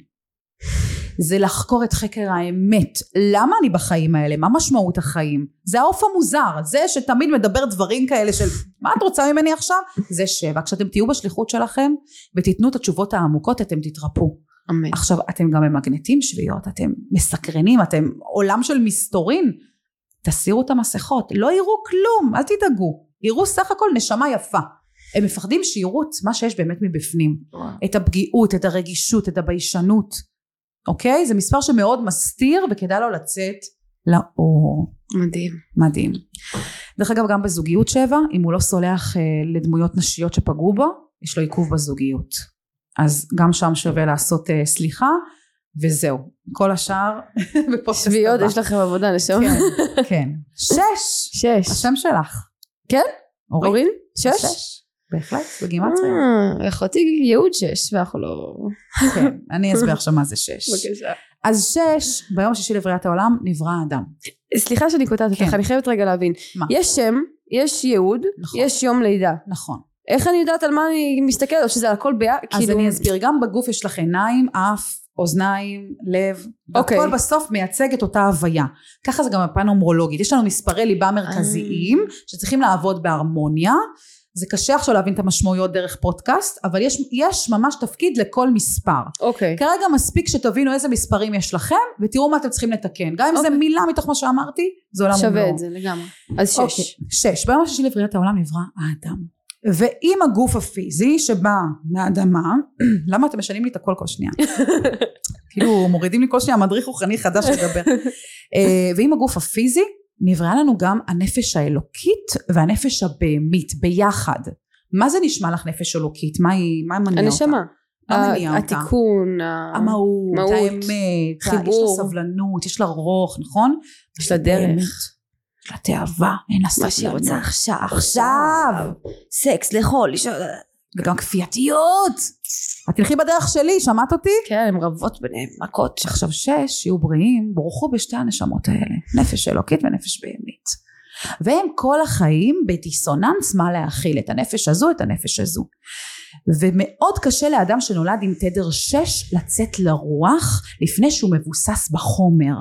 זה לחקור את חקר האמת. למה אני בחיים האלה? מה משמעות החיים? זה העוף המוזר, זה שתמיד מדבר דברים כאלה של מה את רוצה ממני עכשיו? זה שבע. כשאתם תהיו בשליחות שלכם ותיתנו את התשובות העמוקות, אתם תתרפו. אמן. עכשיו, אתם גם ממגנטים שביעות, אתם מסקרנים, אתם עולם של מסתורין. תסירו את המסכות, לא יראו כלום, אל תדאגו. יראו סך הכל נשמה יפה. הם מפחדים שיראו את מה שיש באמת מבפנים. וואו. את הפגיעות, את הרגישות, את הביישנות. אוקיי? זה מספר שמאוד מסתיר וכדאי לו לצאת לאור. מדהים. מדהים. דרך אגב, גם בזוגיות שבע, אם הוא לא סולח אה, לדמויות נשיות שפגעו בו, יש לו עיכוב בזוגיות. אז גם שם שווה לעשות אה, סליחה, וזהו. כל השאר בפודקאסט הבא. שביעות, יש לכם עבודה, נשום? כן, כן. שש. שש. השם שלך. כן? אורין? אורין? שש? שש. בהחלט, בגימטריה. אה, יכולתי ייעוד שש, ואנחנו לא... כן, אני אסביר עכשיו מה זה שש. בבקשה. אז שש, ביום השישי לבריאת העולם, נברא האדם. סליחה שאני קוטעת אותך, אני חייבת רגע להבין. מה? יש שם, יש ייעוד, יש יום לידה. נכון. איך אני יודעת על מה אני מסתכלת, או שזה הכל ביחד? אז אני אסביר, גם בגוף יש לך עיניים, אף, אוזניים, לב, והכל בסוף מייצג את אותה הוויה. ככה זה גם בפן נומרולוגית. יש לנו מספרי ליבה מרכזיים, שצריכים לעבוד בהרמוניה. זה קשה עכשיו להבין את המשמעויות דרך פודקאסט, אבל יש, יש ממש תפקיד לכל מספר. אוקיי. כרגע מספיק שתבינו איזה מספרים יש לכם, ותראו מה אתם צריכים לתקן. גם אם זה מילה מתוך מה שאמרתי, זה עולם ומלואו. שווה את זה לגמרי. אז שש. אוקיי. שש. ביום השישי לבריאת העולם נברא האדם. ואם הגוף הפיזי שבא מהאדמה, למה אתם משנים לי את הכל כל שנייה? כאילו מורידים לי כל שנייה מדריך רוחני חדש לדבר. ואם הגוף הפיזי, נברא לנו גם הנפש האלוקית והנפש הבהמית ביחד. מה זה נשמע לך נפש אלוקית? מה היא, מה מניע אותה? הנשמה. מה מניע אותה? התיקון, המהות, האמת, חיבור. יש לה סבלנות, יש לה רוח, נכון? יש לה דרך. יש לה תאווה, אין לה סבלנות. מה שהיא רוצה עכשיו. עכשיו. סקס, לאכול, וגם כפייתיות. את תלכי בדרך שלי, שמעת אותי? כן, הן רבות ביניהן, מכות. עכשיו שש, יהיו בריאים, ברוכו בשתי הנשמות האלה. נפש אלוקית ונפש בהמית. והם כל החיים בדיסוננס מה להכיל, את הנפש הזו, את הנפש הזו. ומאוד קשה לאדם שנולד עם תדר שש לצאת לרוח לפני שהוא מבוסס בחומר.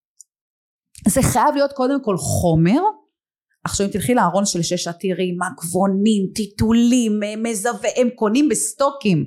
זה חייב להיות קודם כל חומר. עכשיו אם תלכי לארון של שש עתירים, מגבונים, טיטולים, מזווה, הם קונים בסטוקים.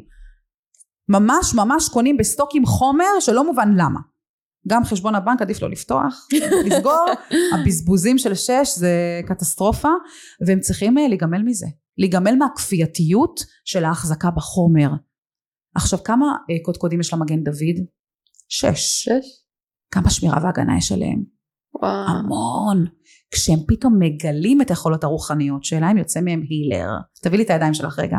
ממש ממש קונים בסטוקים חומר שלא מובן למה. גם חשבון הבנק עדיף לא לפתוח, לסגור. הבזבוזים של שש זה קטסטרופה, והם צריכים להיגמל מזה. להיגמל מהכפייתיות של ההחזקה בחומר. עכשיו כמה קודקודים יש למגן דוד? שש. שש? כמה שמירה והגנה יש עליהם? וואו. המון. כשהם פתאום מגלים את היכולות הרוחניות שלהם, יוצא מהם הילר. תביא לי את הידיים שלך רגע.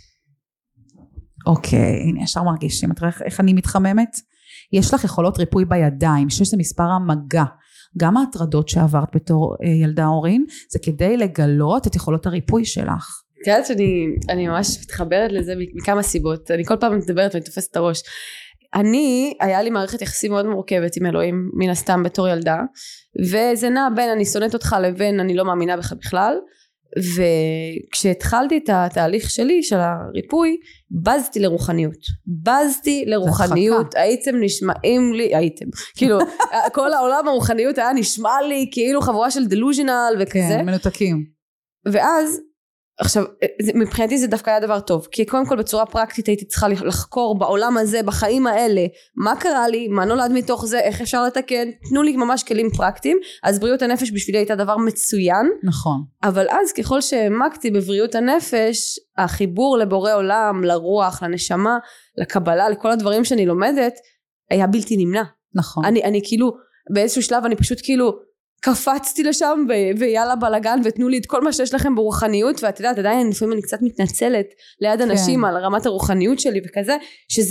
אוקיי, הנה ישר מרגישים, את רואה איך אני מתחממת? יש לך יכולות ריפוי בידיים, שיש זה מספר המגע. גם ההטרדות שעברת בתור ילדה אורין, זה כדי לגלות את יכולות הריפוי שלך. את יודעת שאני אני ממש מתחברת לזה מכמה סיבות. אני כל פעם מדברת ואני תופסת את הראש. אני, היה לי מערכת יחסים מאוד מורכבת עם אלוהים, מן הסתם בתור ילדה, וזה נע בין אני שונאת אותך לבין אני לא מאמינה בך בכלל, וכשהתחלתי את התהליך שלי של הריפוי, בזתי לרוחניות, בזתי לרוחניות, הייתם נשמעים לי, הייתם, כאילו, כל העולם הרוחניות היה נשמע לי כאילו חבורה של דלוז'ינל וכזה. כן, מנותקים. ואז, עכשיו, מבחינתי זה דווקא היה דבר טוב, כי קודם כל בצורה פרקטית הייתי צריכה לחקור בעולם הזה, בחיים האלה, מה קרה לי, מה נולד מתוך זה, איך אפשר לתקן, תנו לי ממש כלים פרקטיים, אז בריאות הנפש בשבילי הייתה דבר מצוין. נכון. אבל אז ככל שהעמקתי בבריאות הנפש, החיבור לבורא עולם, לרוח, לנשמה, לקבלה, לכל הדברים שאני לומדת, היה בלתי נמנע. נכון. אני, אני כאילו, באיזשהו שלב אני פשוט כאילו, קפצתי לשם ו- ויאללה בלגן ותנו לי את כל מה שיש לכם ברוחניות, ואת יודעת עדיין לפעמים אני קצת מתנצלת ליד אנשים כן. על רמת הרוחניות שלי וכזה, שזה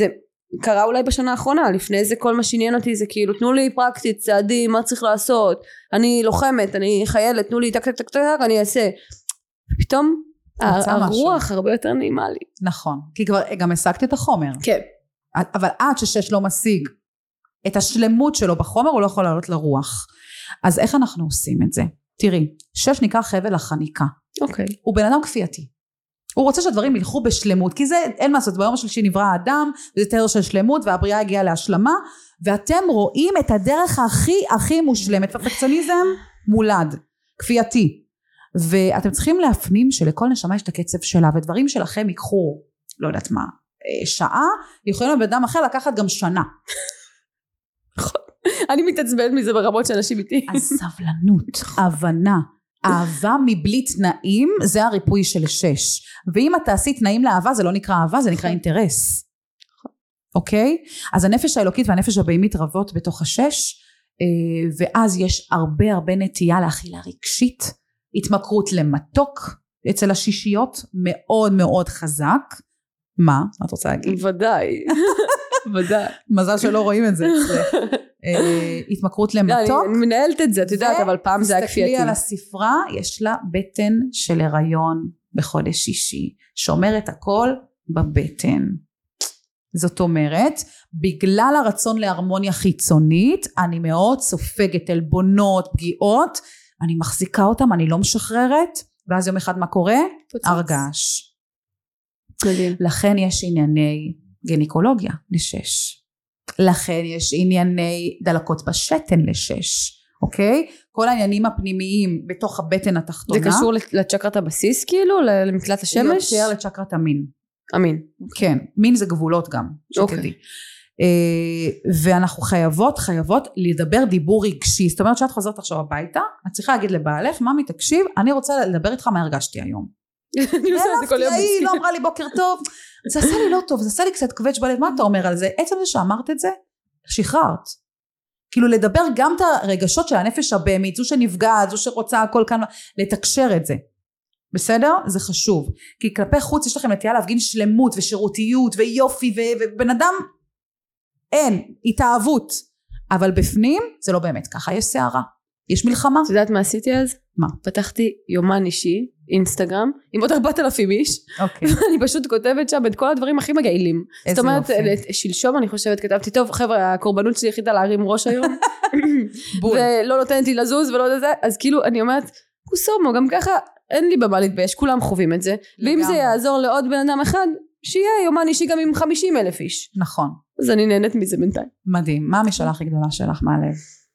קרה אולי בשנה האחרונה, לפני זה כל מה שעניין אותי זה כאילו תנו לי פרקטית, צעדים, מה צריך לעשות, אני לוחמת, אני חיילת, תנו לי טק טק טק טק, אני אעשה. פתאום הרוח הרבה יותר נעימה לי. נכון, כי כבר גם השגת את החומר. כן. אבל עד ששש לא משיג את השלמות שלו בחומר, הוא לא יכול לעלות לרוח. אז איך אנחנו עושים את זה? תראי, שש נקרא חבל החניקה. אוקיי. הוא בן אדם כפייתי. הוא רוצה שהדברים ילכו בשלמות, כי זה אין מה לעשות, ביום השלישי נברא האדם, וזה תיאור של שלמות, והבריאה הגיעה להשלמה, ואתם רואים את הדרך הכי הכי מושלמת, פרפקציוניזם מולד, כפייתי. ואתם צריכים להפנים שלכל נשמה יש את הקצב שלה, ודברים שלכם ייקחו, לא יודעת מה, שעה, יכולים לבן אדם אחר לקחת גם שנה. אני מתעצבנת מזה ברמות שאנשים איתי. אז סבלנות, הבנה, אהבה מבלי תנאים, זה הריפוי של שש. ואם אתה עשית תנאים לאהבה, זה לא נקרא אהבה, זה נקרא אינטרס. אוקיי? אז הנפש האלוקית והנפש הבהמית רבות בתוך השש, ואז יש הרבה הרבה נטייה לאכילה רגשית, התמכרות למתוק אצל השישיות, מאוד מאוד חזק. מה? מה את רוצה להגיד? ודאי. ודאי. מזל שלא רואים את זה. התמכרות למתוק. אני מנהלת את זה, את יודעת, אבל פעם זה היה כפייתי. תסתכלי על הספרה, יש לה בטן של הריון בחודש שישי, שאומרת הכל בבטן. זאת אומרת, בגלל הרצון להרמוניה חיצונית, אני מאוד סופגת עלבונות, פגיעות, אני מחזיקה אותם, אני לא משחררת, ואז יום אחד מה קורה? הרגש. לכן יש ענייני גניקולוגיה לשש. לכן יש ענייני דלקות בשתן לשש. אוקיי? כל העניינים הפנימיים בתוך הבטן התחתונה. זה קשור לצ'קרת הבסיס כאילו? למקלט השמש? יותר לצ'קרת המין. המין. כן. מין זה גבולות גם. שתדעי. ואנחנו חייבות, חייבות לדבר דיבור רגשי. זאת אומרת שאת חוזרת עכשיו הביתה, את צריכה להגיד לבעלך, ממי תקשיב, אני רוצה לדבר איתך מה הרגשתי היום. אני עושה את זה כל יום. היא לא אמרה לי בוקר טוב, זה עשה לי לא טוב, זה עשה לי קצת כבץ' בלב, מה אתה אומר על זה? עצם זה שאמרת את זה, שחררת. כאילו לדבר גם את הרגשות של הנפש הבהמית, זו שנפגעת, זו שרוצה הכל כאן, לתקשר את זה. בסדר? זה חשוב. כי כלפי חוץ יש לכם נטייה להפגין שלמות ושירותיות ויופי ובן אדם אין, התאהבות. אבל בפנים זה לא באמת ככה, יש שערה. יש מלחמה. את יודעת מה עשיתי אז? מה? פתחתי יומן אישי, אינסטגרם, עם עוד ארבעת אלפים איש. אוקיי. אני פשוט כותבת שם את כל הדברים הכי מגעילים. זאת אומרת, שלשום אני חושבת, כתבתי, טוב חבר'ה, הקורבנות שלי החליטה להרים ראש היום. ולא נותנת לי לזוז ולא יודע זה. אז כאילו אני אומרת, קוסומו, גם ככה אין לי במה להתבייש, כולם חווים את זה. ואם זה יעזור לעוד בן אדם אחד, שיהיה יומן אישי גם עם חמישים אלף איש. נכון. אז אני נהנית מזה בינתיים. מדהים. מה המשאלה הכי גדולה שלך מהלב?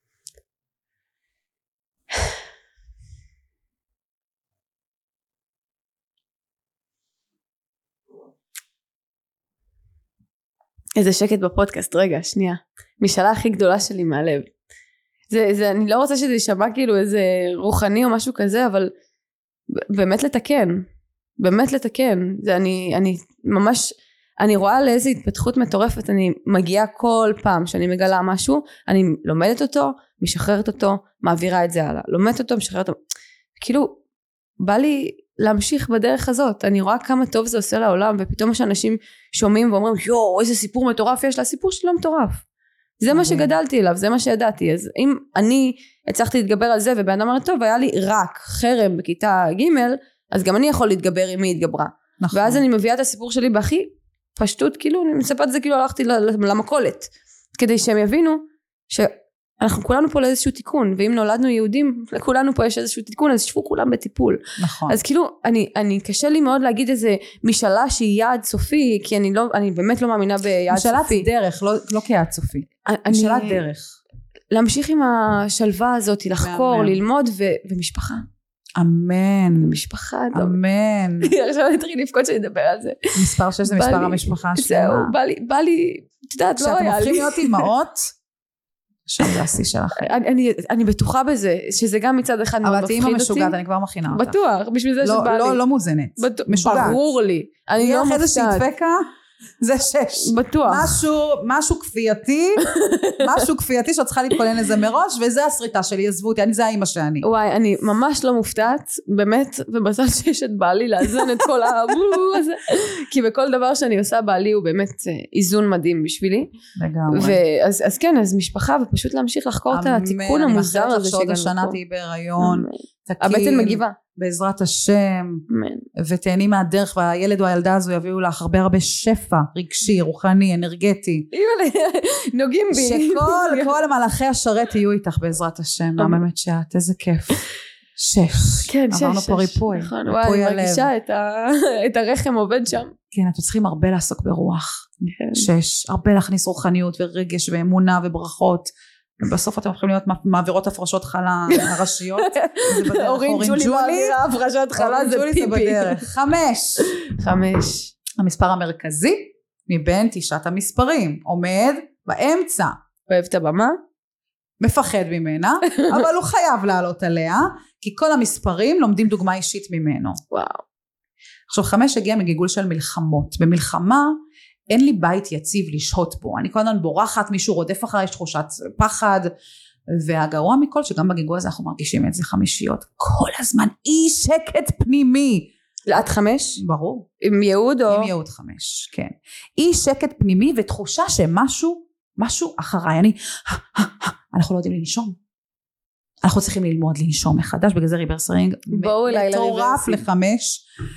איזה שקט בפודקאסט, רגע, שנייה. משאלה הכי גדולה שלי מהלב. זה, זה, אני לא רוצה שזה יישמע כאילו איזה רוחני או משהו כזה, אבל באמת לתקן. באמת לתקן. זה אני, אני ממש, אני רואה לאיזה התפתחות מטורפת, אני מגיעה כל פעם שאני מגלה משהו, אני לומדת אותו, משחררת אותו, מעבירה את זה הלאה. לומדת אותו, משחררת אותו. כאילו, בא לי להמשיך בדרך הזאת. אני רואה כמה טוב זה עושה לעולם, ופתאום שאנשים שומעים ואומרים, יואו, איזה סיפור מטורף יש לה, סיפור שלא מטורף. זה מה שגדלתי אליו, זה מה שידעתי. אז אם אני הצלחתי להתגבר על זה, ובן אדם אמר, טוב, היה לי רק חרם בכיתה ג', אז גם אני יכול להתגבר אם היא התגברה. נכון. ואז אני מביאה את הסיפור שלי בהכי פשטות, כאילו, אני מספרת את זה, כאילו הלכתי למקולת, כדי שהם יבינו שאנחנו כולנו פה לאיזשהו תיקון, ואם נולדנו יהודים, לכולנו פה יש איזשהו תיקון, אז שפו כולם בטיפול. נכון. אז כאילו, אני, אני קשה לי מאוד להגיד איזה משאלה שהיא יעד סופי, כי אני לא, אני באמת לא מאמינה ביעד משאלת סופי. משאלת דרך, לא, לא כיעד סופי. אני, משאלת דרך. להמשיך עם השלווה הזאת, לחקור, מאמן. ללמוד ו, ומשפחה. אמן. משפחה. אמן. עכשיו אני אתחיל לפקוד שאני אדבר על זה. מספר שש זה מספר המשפחה השלמה. זהו, בא לי, בא לי, את יודעת, לא היה לי. כשאתם הופכים להיות אימהות, שם זה השיא שלכם. אני, אני בטוחה בזה, שזה גם מצד אחד מאוד מפחיד אותי. אבל את אימא משוגעת, אני כבר מכינה אותך. בטוח, בשביל זה שבא לי. לא, לא מוזנת. משוגעת. ברור לי. אני לא מופתעת. יהיה אחרי זה שהדפקה, זה שש. בטוח. משהו, משהו כפייתי, משהו כפייתי שאת צריכה להתכונן לזה מראש, וזה הסריטה שלי, עזבו אותי, אני זה האמא שאני. וואי, אני ממש לא מופתעת, באמת, ובצד שיש את בעלי לאזן את כל הבלו הזה, כי בכל דבר שאני עושה, בעלי הוא באמת איזון מדהים בשבילי. לגמרי. ואז, אז כן, אז משפחה, ופשוט להמשיך לחקור את התיקון המוזר הזה שגם פה. השנה תהי בהיריון, הבטן מגיבה. בעזרת השם, ותהני מהדרך, והילד או הילדה הזו יביאו לך הרבה הרבה שפע, רגשי, רוחני, אנרגטי. נוגעים בי. שכל כל מלאכי השרת יהיו איתך בעזרת השם, מהממת שאת, איזה כיף. שש. כן, שש. עברנו פה ריפוי. נכון, וואי, אני מרגישה את הרחם עובד שם. כן, אתם צריכים הרבה לעסוק ברוח. שש. הרבה להכניס רוחניות ורגש ואמונה וברכות. ובסוף אתם יכולים להיות מעבירות הפרשות חלה הראשיות. אורין ג'ולי מעבירה הפרשת חלה זה פיפי. חמש. חמש. המספר המרכזי מבין תשעת המספרים עומד באמצע. אוהב את הבמה? מפחד ממנה, אבל הוא חייב לעלות עליה, כי כל המספרים לומדים דוגמה אישית ממנו. וואו. עכשיו חמש הגיע מגיגול של מלחמות. במלחמה אין לי בית יציב לשהות בו, אני כל הזמן בורחת, מישהו רודף אחרי, יש תחושת פחד, והגרוע מכל שגם בגיגול הזה אנחנו מרגישים את זה חמישיות, כל הזמן אי שקט פנימי. את חמש? ברור. עם יהוד או? עם יהוד חמש, כן. אי שקט פנימי ותחושה שמשהו, משהו אחריי, אני, אנחנו לא יודעים לנשום. אנחנו צריכים ללמוד לנשום מחדש, בגלל זה ריברסינג מטורף לחמש,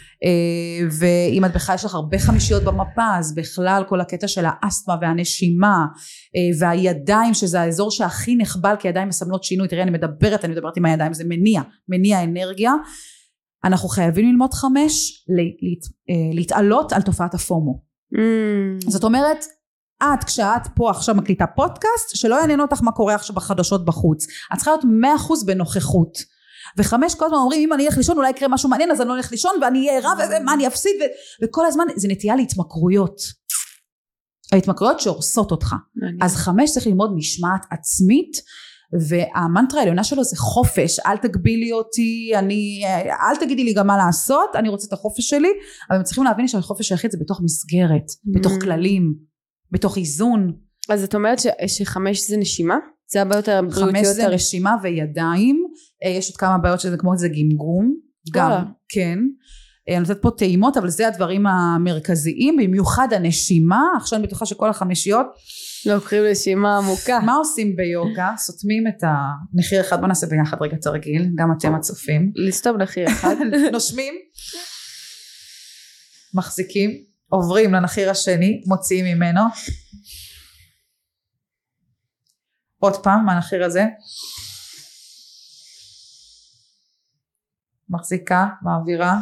ואם את בכלל יש לך הרבה חמישיות במפה, אז בכלל כל הקטע של האסתמה והנשימה, והידיים, שזה האזור שהכי נחבל, כי הידיים מסמלות שינוי, תראי אני מדברת, אני מדברת עם הידיים, זה מניע, מניע אנרגיה, אנחנו חייבים ללמוד חמש, להתעלות על תופעת הפומו. זאת אומרת, את כשאת פה עכשיו מקליטה פודקאסט שלא יעניין אותך מה קורה עכשיו בחדשות בחוץ, את צריכה להיות מאה אחוז בנוכחות, וחמש כל הזמן אומרים אם אני אלך לישון אולי יקרה משהו מעניין אז אני לא אלך לישון ואני אהיה רע ומה אני אפסיד, וכל הזמן זה נטייה להתמכרויות, ההתמכרויות שהורסות אותך. אז חמש צריך ללמוד משמעת עצמית, והמנטרה העליונה שלו זה חופש, אל תגבילי אותי, אני, אל תגידי לי גם מה לעשות, אני רוצה את החופש שלי, אבל הם צריכים להבין שהחופש היחיד זה בתוך מסגרת, בתוך כללים, בתוך איזון. אז את אומרת ש, שחמש זה נשימה? זה הבעיות הבריאותיות? חמש זה נשימה וידיים, יש עוד כמה בעיות שזה כמו זה גמגום, גם, כן, אני נותנת פה טעימות, אבל זה הדברים המרכזיים, במיוחד הנשימה, עכשיו אני בטוחה שכל החמישיות, לוקחים נשימה עמוקה. מה עושים ביוגה? סותמים את הנחיר אחד, בוא נעשה ביחד רגע תרגיל, גם אתם הצופים. לסתום נחיר אחד. נושמים, מחזיקים, עוברים לנחיר השני, מוציאים ממנו, עוד פעם מהנחיר הזה, מחזיקה, מעבירה,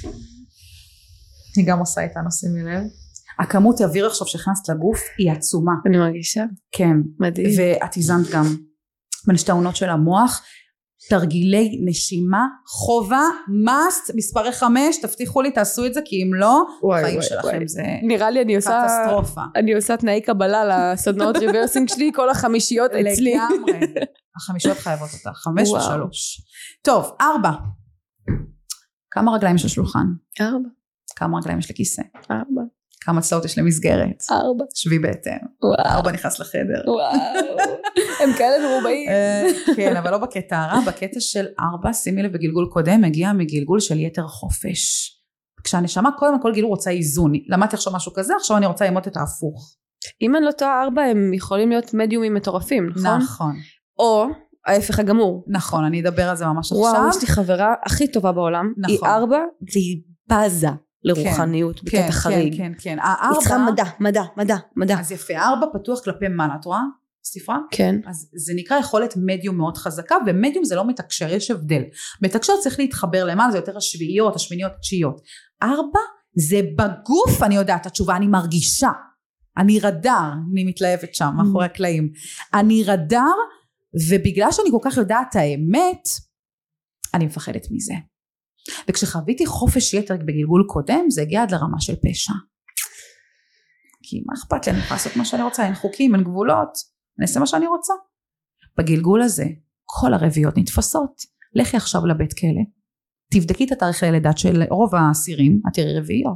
היא גם עושה איתנו, שימי לב, הכמות אוויר עכשיו שהכנסת לגוף היא עצומה. אני מרגישה. כן. מדהים. ואת איזנת גם בין שתי העונות של המוח, תרגילי נשימה, חובה, מאסט, מספרי חמש, תבטיחו לי, תעשו את זה, כי אם לא, חיים שלכם זה נראה לי אני עושה, קטסטרופה. אני עושה תנאי קבלה לסדנאות ריברסינג שלי, כל החמישיות אצלי. לגמרי. החמישיות חייבות אותה, חמש ושלוש. טוב, ארבע. כמה רגליים יש לשולחן? ארבע. כמה רגליים יש לכיסא? ארבע. כמה צלעות יש למסגרת? ארבע. שבי בהתאם. ארבע נכנס לחדר. וואו. הם כאלה מרובעים. כן, אבל לא בקטע הרע, בקטע של ארבע, שימי לב בגלגול קודם, מגיע מגלגול של יתר חופש. כשהנשמה קודם כל גילו רוצה איזון. למדתי עכשיו משהו כזה, עכשיו אני רוצה ללמוד את ההפוך. אם אני לא טועה ארבע, הם יכולים להיות מדיומים מטורפים, נכון? נכון. או ההפך הגמור. נכון, אני אדבר על זה ממש עכשיו. וואו, יש לי חברה הכי טובה בעולם. נכון. היא ארבע, והיא בזה. לרוחניות, כן, בקטע חריג. כן, כן, כן. היא צריכה מדע, מדע, מדע, מדע. אז יפה, ארבע פתוח כלפי מעלה, את רואה? ספרה? כן. אז זה נקרא יכולת מדיום מאוד חזקה, ומדיום זה לא מתקשר, יש הבדל. מתקשר צריך להתחבר למעלה, זה יותר השביעיות, השמיניות, התשיעיות. ארבע זה בגוף, אני יודעת, התשובה, אני מרגישה. אני רדאר, אני מתלהבת שם, מאחורי הקלעים. אני רדאר, ובגלל שאני כל כך יודעת האמת, אני מפחדת מזה. וכשחוויתי חופש יתר בגלגול קודם, זה הגיע עד לרמה של פשע. כי מה אכפת לי? אני יכולה לעשות מה שאני רוצה, אין חוקים, אין גבולות, אני אעשה מה שאני רוצה. בגלגול הזה, כל הרביעיות נתפסות. לכי עכשיו לבית כלא, תבדקי את התאריך ללידה של רוב האסירים, את תראי רביעיות.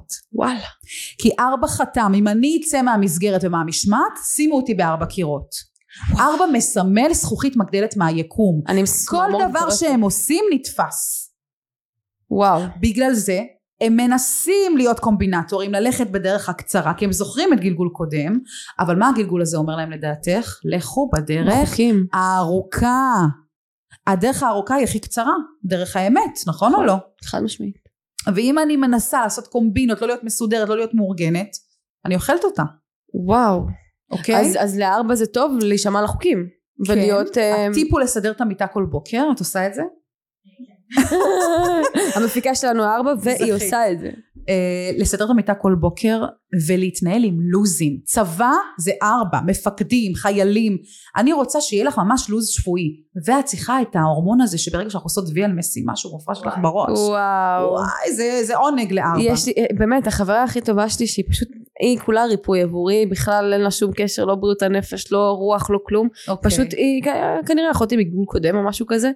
וואלה. כי ארבע חתם, אם אני אצא מהמסגרת ומהמשמעת, שימו אותי בארבע קירות. ארבע מסמל זכוכית מגדלת מהיקום. כל דבר שהם עושים נתפס. וואו. בגלל זה, הם מנסים להיות קומבינטורים, ללכת בדרך הקצרה, כי הם זוכרים את גלגול קודם, אבל מה הגלגול הזה אומר להם לדעתך? לכו בדרך מחוקים. הארוכה. הדרך הארוכה היא הכי קצרה, דרך האמת, נכון או לא? חד משמעית. ואם אני מנסה לעשות קומבינות, לא להיות מסודרת, לא להיות מאורגנת, אני אוכלת אותה. וואו. אוקיי? אז, אז לארבע זה טוב להישמע לחוקים. כן. ולהיות... הטיפ הוא לסדר את המיטה כל בוקר, את עושה את זה? המפיקה שלנו ארבע והיא עושה את זה. Uh, לסדר את המיטה כל בוקר ולהתנהל עם לוזים. צבא זה ארבע, מפקדים, חיילים. אני רוצה שיהיה לך ממש לוז שבועי, ואת צריכה את ההורמון הזה שברגע שאנחנו עושות וי על משימה שהוא מופרש לך בראש. וואו. וואי, זה, זה עונג לארבע. יש לי, באמת, החברה הכי טובה שלי שהיא פשוט, היא כולה ריפוי עבורי, בכלל אין לה שום קשר, לא בריאות הנפש, לא רוח, לא כלום. אוקיי. פשוט היא כנראה אחותי מגבול קודם או משהו כזה.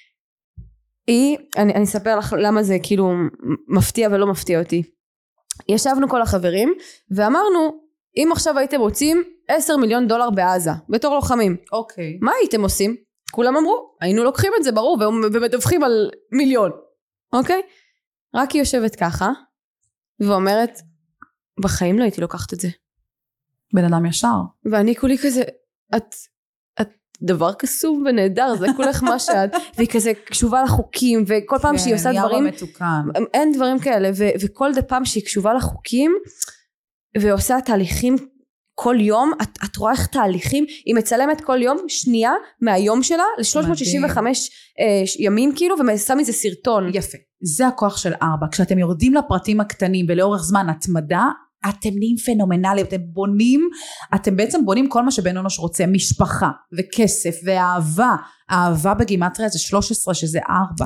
היא, אני, אני אספר לך למה זה כאילו מפתיע ולא מפתיע אותי. ישבנו כל החברים ואמרנו, אם עכשיו הייתם רוצים עשר מיליון דולר בעזה, בתור לוחמים, אוקיי. מה הייתם עושים? כולם אמרו, היינו לוקחים את זה ברור, ומדווחים על מיליון, אוקיי? רק היא יושבת ככה, ואומרת, בחיים לא הייתי לוקחת את זה. בן אדם ישר. ואני כולי כזה, את... דבר קסום ונהדר, זה כולך מה שאת, והיא כזה קשובה לחוקים, וכל פעם שהיא עושה דברים, אין דברים כאלה, וכל פעם שהיא קשובה לחוקים, ועושה תהליכים כל יום, את, את רואה איך תהליכים, היא מצלמת כל יום שנייה מהיום שלה, ל-שלוש מאות שישים וחמש אה, ימים כאילו, ושם מזה סרטון. יפה, זה הכוח של ארבע, כשאתם יורדים לפרטים הקטנים, ולאורך זמן התמדה, אתם נהיים פנומנליים, אתם בונים, אתם בעצם בונים כל מה שבן אנוש רוצה, משפחה וכסף ואהבה, אהבה בגימטריה זה שלוש עשרה שזה ארבע,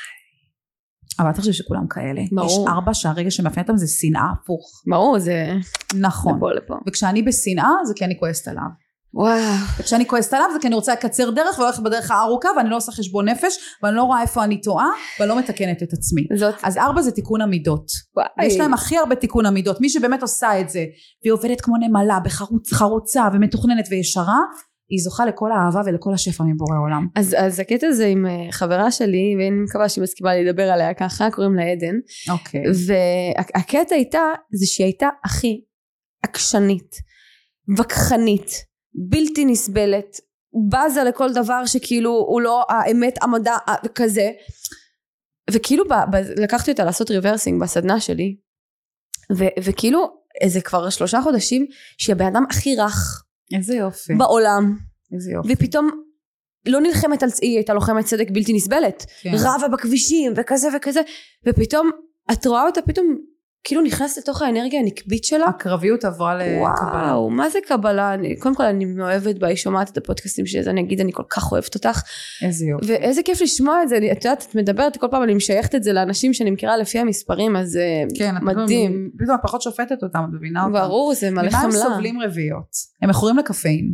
אבל אתה חושב שכולם כאלה, ברור. יש ארבע שהרגע שמאפיין אותם זה שנאה הפוך, ברור, זה נכון, לפה, לפה. וכשאני בשנאה זה כי אני כועסת עליו, וואו. וכשאני כועסת עליו זה כי אני רוצה לקצר דרך והולכת בדרך הארוכה ואני לא עושה חשבון נפש ואני לא רואה איפה אני טועה ואני לא מתקנת את עצמי. זאת. אז ארבע זה תיקון המידות. וואי. יש להם הכי הרבה תיקון המידות. מי שבאמת עושה את זה והיא עובדת כמו נמלה בחרוץ, חרוצה ומתוכננת וישרה, היא זוכה לכל האהבה ולכל השפע מבורא עולם. אז, אז הקטע הזה עם חברה שלי, ואני מקווה שהיא מסכימה לדבר עליה ככה, קוראים לה עדן. אוקיי. והקטע איתה זה שהיא הייתה הכי עקשנית, וכחנית, בלתי נסבלת, בזה לכל דבר שכאילו הוא לא האמת המדע כזה, וכאילו ב, ב, לקחתי אותה לעשות ריברסינג בסדנה שלי, ו, וכאילו איזה כבר שלושה חודשים שהיא הבן אדם הכי רך איזה יופי בעולם, איזה יופי. ופתאום לא נלחמת על, היא הייתה לוחמת צדק בלתי נסבלת, כן. רבה בכבישים וכזה וכזה, ופתאום את רואה אותה פתאום כאילו נכנס לתוך האנרגיה הנקבית שלה. הקרביות עברה לקבלה. וואו, מה זה קבלה? אני, קודם כל אני מאוהבת בה, היא שומעת את הפודקאסטים שלי, אז אני אגיד, אני כל כך אוהבת אותך. איזה יופי. ואיזה כיף לשמוע את זה, את יודעת, את מדברת, כל פעם אני משייכת את זה לאנשים שאני מכירה לפי המספרים, אז כן, מדהים. פתאום פחות שופטת אותם, את מבינה אותם. ברור, זה מלא חמלה. ממה הם סובלים רביעיות? הם מכורים לקפאין.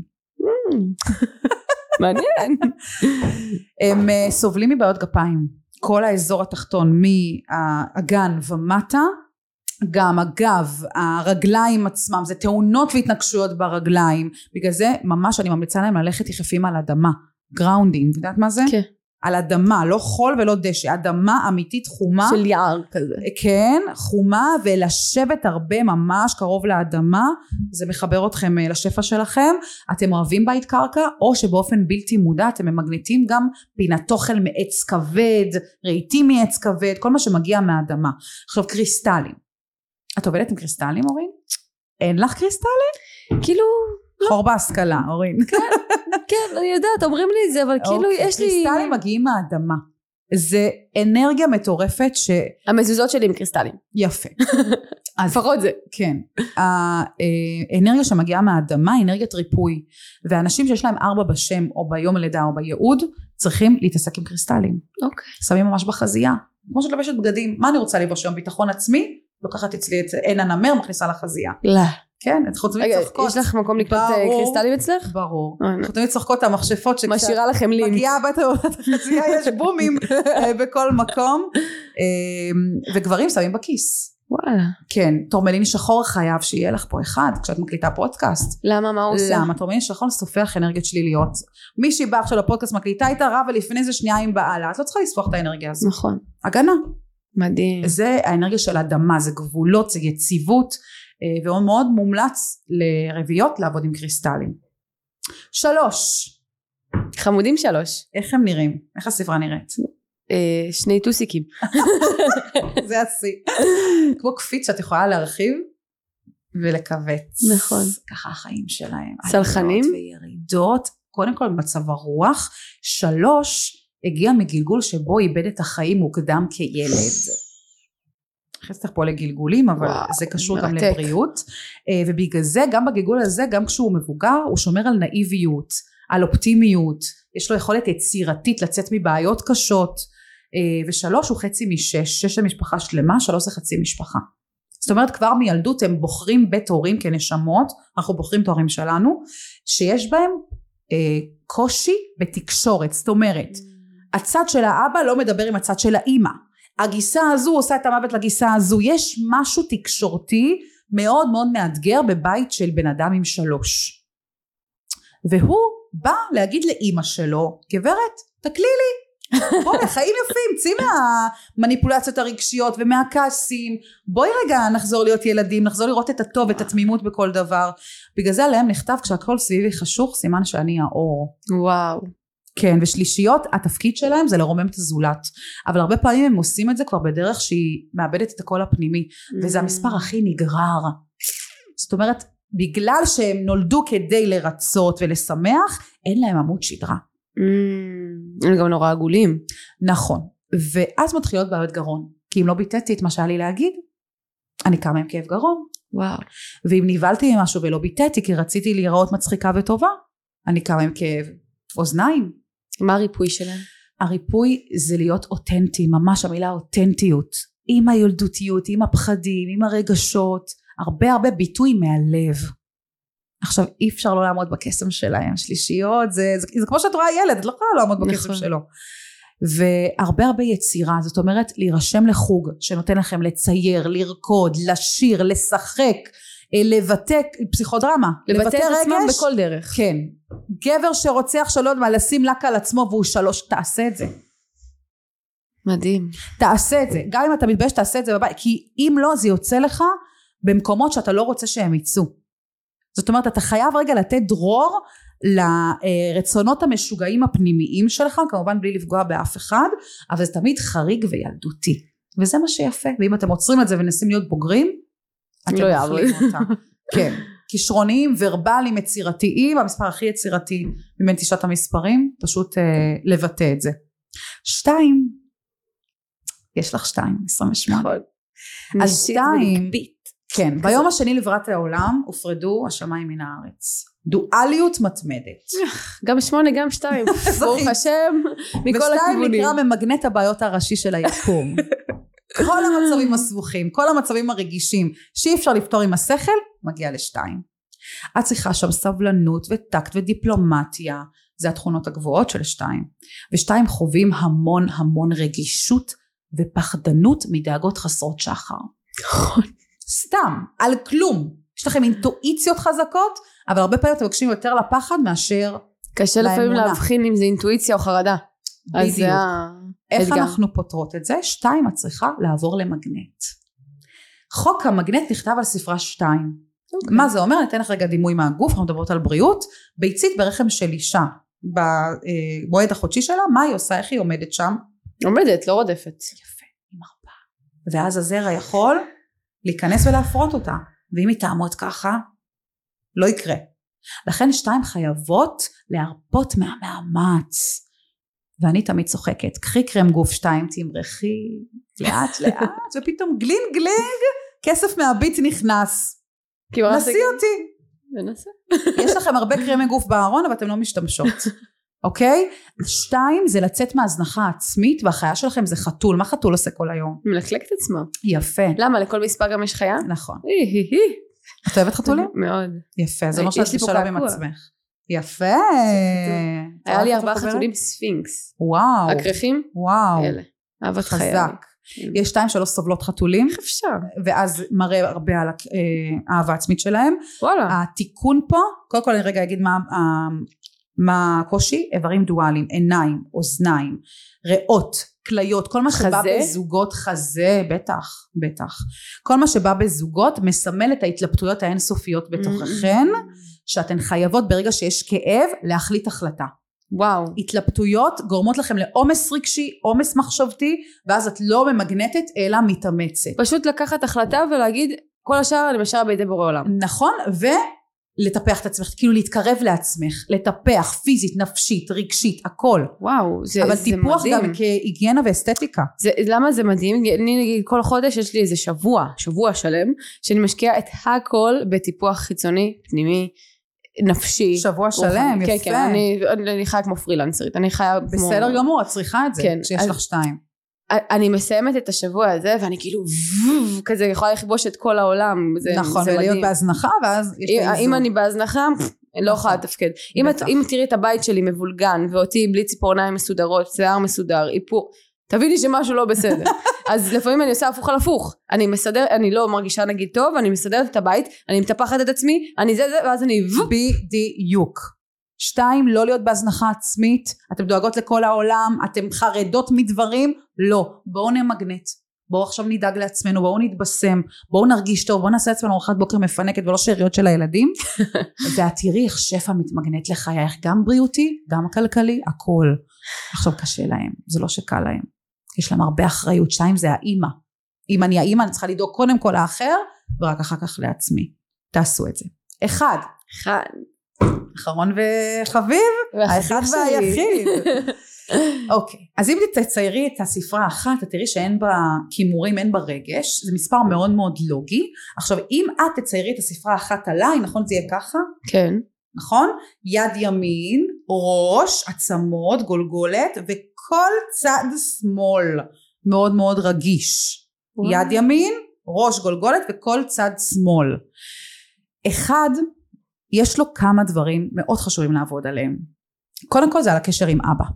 מעניין. הם סובלים מבעיות גפיים. כל האזור התחתון, מהאגן ומטה, גם הגב, הרגליים עצמם, זה תאונות והתנגשויות ברגליים, בגלל זה ממש אני ממליצה להם ללכת יחפים על אדמה, גראונדינג, יודעת מה זה? כן. על אדמה, לא חול ולא דשא, אדמה אמיתית חומה. של יער כזה. כן, חומה, ולשבת הרבה ממש קרוב לאדמה, זה מחבר אתכם לשפע שלכם, אתם אוהבים בית קרקע, או שבאופן בלתי מודע, אתם ממגנטים גם פינת אוכל מעץ כבד, רהיטים מעץ כבד, כל מה שמגיע מהאדמה. עכשיו קריסטלים. את עובדת עם קריסטלים, אורין? אין לך קריסטלים? כאילו... חור בהשכלה, אורין. כן, כן, אני יודעת, אומרים לי את זה, אבל כאילו יש לי... קריסטלים מגיעים מהאדמה. זה אנרגיה מטורפת ש... המזוזות שלי עם קריסטלים. יפה. לפחות זה. כן. האנרגיה שמגיעה מהאדמה היא אנרגיית ריפוי. ואנשים שיש להם ארבע בשם, או ביום הלידה או בייעוד, צריכים להתעסק עם קריסטלים. אוקיי. שמים ממש בחזייה. כמו שאת לבשת בגדים. מה אני רוצה לבוש היום? ביטחון עצמי? לוקחת אצלי את עין הנמר, מכניסה לחזייה. לא. כן, את חוץ תמיד צוחקות. יש לך מקום לקנות קריסטלים אצלך? ברור. אנחנו תמיד צוחקות המכשפות שקצת... משאירה לכם לינק. מגיעה הביתה בחזייה, יש בומים בכל מקום. וגברים שמים בכיס. וואלה. כן, טורמלין שחור חייב שיהיה לך פה אחד, כשאת מקליטה פודקאסט. למה, מה הוא עושה? למה? טורמלין שחור סופח אנרגיות שליליות. מישהי בא עכשיו לפודקאסט מקליטה איתה רב, ולפני זה שנייה עם בעלה, את לא צריכה לספוח את האנרגיה הזאת. נכון. הגנה. מדהים. זה האנרגיה של אדמה, זה גבולות, זה יציבות, והוא מאוד מומלץ לרבייות לעבוד עם קריסטלים. שלוש. חמודים שלוש. איך הם נראים? איך הספרה נראית? אה, שני טוסיקים. זה השיא. כמו קפיץ שאת יכולה להרחיב ולכווץ. נכון. ככה החיים שלהם. סלחנים? וירידות. קודם כל במצב הרוח. שלוש, הגיע מגלגול שבו איבד את החיים מוקדם כילד. נכנסת פה לגלגולים, אבל וואו, זה קשור מרתק. גם לבריאות. ובגלל זה, גם בגלגול הזה, גם כשהוא מבוגר, הוא שומר על נאיביות, על אופטימיות. יש לו יכולת יצירתית לצאת מבעיות קשות. ושלוש הוא חצי משש, שש למשפחה שלמה, שלוש זה חצי משפחה. זאת אומרת כבר מילדות הם בוחרים בית הורים כנשמות, אנחנו בוחרים את ההורים שלנו, שיש בהם אה, קושי בתקשורת, זאת אומרת, הצד של האבא לא מדבר עם הצד של האמא, הגיסה הזו עושה את המוות לגיסה הזו, יש משהו תקשורתי מאוד מאוד מאתגר בבית של בן אדם עם שלוש. והוא בא להגיד לאמא שלו, גברת, תקלי לי, בואי, חיים יפים, צאי מהמניפולציות הרגשיות ומהכעסים, בואי רגע נחזור להיות ילדים, נחזור לראות את הטוב, את התמימות בכל דבר. בגלל זה עליהם נכתב, כשהכל סביבי חשוך, סימן שאני האור. וואו. כן, ושלישיות, התפקיד שלהם זה לרומם את הזולת, אבל הרבה פעמים הם עושים את זה כבר בדרך שהיא מאבדת את הקול הפנימי, וזה המספר הכי נגרר. זאת אומרת, בגלל שהם נולדו כדי לרצות ולשמח, אין להם עמוד שדרה. הם גם נורא עגולים. נכון, ואז מתחילות בעיות גרון, כי אם לא ביטאתי את מה שהיה לי להגיד, אני קמה עם כאב גרון. וואו. ואם ניבלתי ממשהו ולא ביטאתי, כי רציתי להיראות מצחיקה וטובה, אני קמה עם כאב אוזניים. מה הריפוי שלהם? הריפוי זה להיות אותנטי, ממש המילה אותנטיות, עם הילדותיות, עם הפחדים, עם הרגשות, הרבה הרבה ביטוי מהלב. עכשיו אי אפשר לא לעמוד בקסם שלהם, שלישיות, זה, זה, זה כמו שאת רואה ילד, את לא יכולה לעמוד בקסם נכון. שלו. והרבה הרבה יצירה, זאת אומרת להירשם לחוג, שנותן לכם לצייר, לרקוד, לשיר, לשחק, לבטא, פסיכודרמה, לבטא את עצמם בכל דרך. כן. גבר שרוצח שלא מה, לשים לק על עצמו והוא שלוש, תעשה את זה. מדהים. תעשה את זה, גם אם אתה מתבייש תעשה את זה בבית, כי אם לא זה יוצא לך במקומות שאתה לא רוצה שהם יצאו. זאת אומרת, אתה חייב רגע לתת דרור לרצונות המשוגעים הפנימיים שלך, כמובן בלי לפגוע באף אחד, אבל זה תמיד חריג וילדותי. וזה מה שיפה. ואם אתם עוצרים את זה ונסים להיות בוגרים, אתם לא מפלים אותה. כן. כישרוניים, ורבליים, יצירתיים, המספר הכי יצירתי מבין תשעת המספרים, פשוט אה, לבטא את זה. שתיים, יש לך שתיים, עשרים ושמונה. אז שתיים, כן, ביום השני לבריאת העולם הופרדו השמיים מן הארץ. דואליות מתמדת. גם שמונה, גם שתיים. ברוך השם, מכל הכיוונים. ושתיים נקרא ממגנט הבעיות הראשי של היקום. כל המצבים הסבוכים, כל המצבים הרגישים, שאי אפשר לפתור עם השכל, מגיע לשתיים. את צריכה שם סבלנות וטקט ודיפלומטיה, זה התכונות הגבוהות של שתיים. ושתיים חווים המון המון רגישות ופחדנות מדאגות חסרות שחר. נכון. סתם, על כלום. יש לכם אינטואיציות חזקות, אבל הרבה פעמים אתם מבקשים יותר לפחד מאשר קשה לפעמים להבחין אם זה אינטואיציה או חרדה. בדיוק. איך אנחנו פותרות את זה? שתיים, את צריכה לעבור למגנט. חוק המגנט נכתב על ספרה שתיים. Okay. מה זה אומר? ניתן לך רגע דימוי מהגוף, אנחנו מדברות על בריאות. ביצית ברחם של אישה, במועד החודשי שלה, מה היא עושה? איך היא עומדת שם? עומדת, לא רודפת. יפה, עם ארבע. ואז הזרע יכול להיכנס ולהפרות אותה. ואם היא תעמוד ככה, לא יקרה. לכן שתיים חייבות להרפות מהמאמץ. ואני תמיד צוחקת, קחי קרם גוף שתיים, תמרחי, לאט לאט, ופתאום גלינג גלינג, כסף מהביט נכנס. נסי אותי. ננסה. יש לכם הרבה קרמי גוף בארון, אבל אתם לא משתמשות. אוקיי? שתיים, זה לצאת מהזנחה עצמית, והחיה שלכם זה חתול. מה חתול עושה כל היום? מלקלק את עצמו. יפה. למה? לכל מספר גם יש חיה? נכון. את אוהבת חתולים? מאוד. יפה, זה אומר שאת בשלב עם עצמך. יפה. היה לי ארבעה חתולים ספינקס. וואו. הקרחים? וואו. אלה. אהבת חיי. חזק. יש שתיים שלא סובלות חתולים, איך אפשר? ואז מראה הרבה על האהבה עצמית שלהם. וואלה. התיקון פה, קודם כל אני רגע אגיד מה, מה הקושי, איברים דואליים, עיניים, אוזניים, ריאות, כליות, כל מה שבא חזה? בזוגות, חזה, בטח, בטח. כל מה שבא בזוגות מסמל את ההתלבטויות האינסופיות בתוככן, שאתן חייבות ברגע שיש כאב להחליט החלטה. וואו. התלבטויות גורמות לכם לעומס רגשי, עומס מחשבתי, ואז את לא ממגנטת אלא מתאמצת. פשוט לקחת החלטה ולהגיד, כל השאר אני משאר בידי בורא עולם. נכון, ולטפח את עצמך, כאילו להתקרב לעצמך, לטפח פיזית, נפשית, רגשית, הכל. וואו, זה, אבל זה טיפוח מדהים. גם כהיגיינה ואסתטיקה. זה, למה זה מדהים? אני נגיד כל חודש יש לי איזה שבוע, שבוע שלם, שאני משקיעה את הכל בטיפוח חיצוני, פנימי, נפשי. שבוע שלם, יפה. כן, כן, אני, אני, אני חיה כמו פרילנסרית, אני חיה כמו... בסדר גמור, את צריכה את זה, כן, כשיש אז, לך שתיים. אני מסיימת את השבוע הזה, ואני כאילו, וו, כזה יכולה לכבוש את כל העולם. זה, נכון, זה ולהיות מדהים. בהזנחה, ואז יש אם, אם אני בהזנחה, אני לא יכולה לתפקד. אם, את, אם תראי את הבית שלי מבולגן, ואותי בלי ציפורניים מסודרות, שיער מסודר, איפור, תביני שמשהו לא בסדר. אז לפעמים אני עושה הפוך על הפוך. אני מסדר, אני לא מרגישה נגיד טוב, אני מסדרת את הבית, אני מטפחת את עצמי, אני זה זה, ואז אני וו. בדיוק. שתיים, לא להיות בהזנחה עצמית, אתם דואגות לכל העולם, אתם חרדות מדברים, לא. בואו נמגנט, בואו עכשיו נדאג לעצמנו, בואו נתבשם, בואו נרגיש טוב, בואו נעשה עצמנו ארוחת בוקר מפנקת ולא שאריות של הילדים, ואת תראי איך שפע מתמגנט לחייך, גם בריאותי, גם כלכלי, הכל. עכשיו קשה להם, זה לא שקל להם. יש להם הרבה אחריות, שתיים זה האמא. אם אני האמא, אני צריכה לדאוג קודם כל לאחר, ורק אחר כך לעצמי. תעשו את זה. אחד. אחד. אחרון וחביב, האחד והיחיד. אוקיי, אז אם תציירי את הספרה אחת, את תראי שאין בה כימורים, אין בה רגש, זה מספר מאוד מאוד לוגי. עכשיו, אם את תציירי את הספרה אחת עליי, נכון זה יהיה ככה? כן. נכון? יד ימין, ראש, עצמות, גולגולת, וכל צד שמאל מאוד מאוד רגיש. וואו. יד ימין, ראש, גולגולת, וכל צד שמאל. אחד, יש לו כמה דברים מאוד חשובים לעבוד עליהם. קודם כל זה על הקשר עם אבא.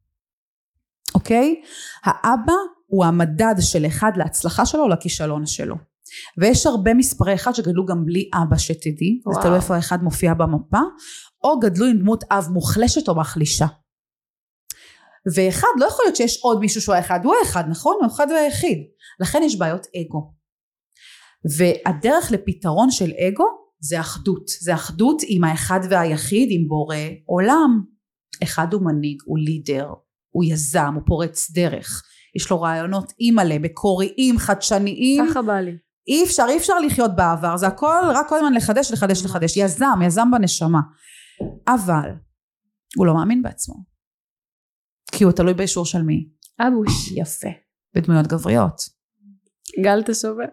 אוקיי? האבא הוא המדד של אחד להצלחה שלו או לכישלון שלו. ויש הרבה מספרי אחד שגדלו גם בלי אבא שתדעי. וואו. זה תלוי איפה האחד מופיע במפה. או גדלו עם דמות אב מוחלשת או מחלישה. ואחד לא יכול להיות שיש עוד מישהו שהוא האחד. הוא האחד, נכון? הוא האחד והיחיד. לכן יש בעיות אגו. והדרך לפתרון של אגו זה אחדות, זה אחדות עם האחד והיחיד, עם בורא עולם. אחד הוא מנהיג, הוא לידר, הוא יזם, הוא פורץ דרך, יש לו רעיונות אימאלה, מקוריים, חדשניים. ככה בא לי. אי אפשר, אי אפשר לחיות בעבר, זה הכל רק כל הזמן לחדש, לחדש, לחדש, יזם, יזם בנשמה. אבל הוא לא מאמין בעצמו, כי הוא תלוי באישור של מי? אבוש. יפה, בדמויות גבריות. גל תשובה.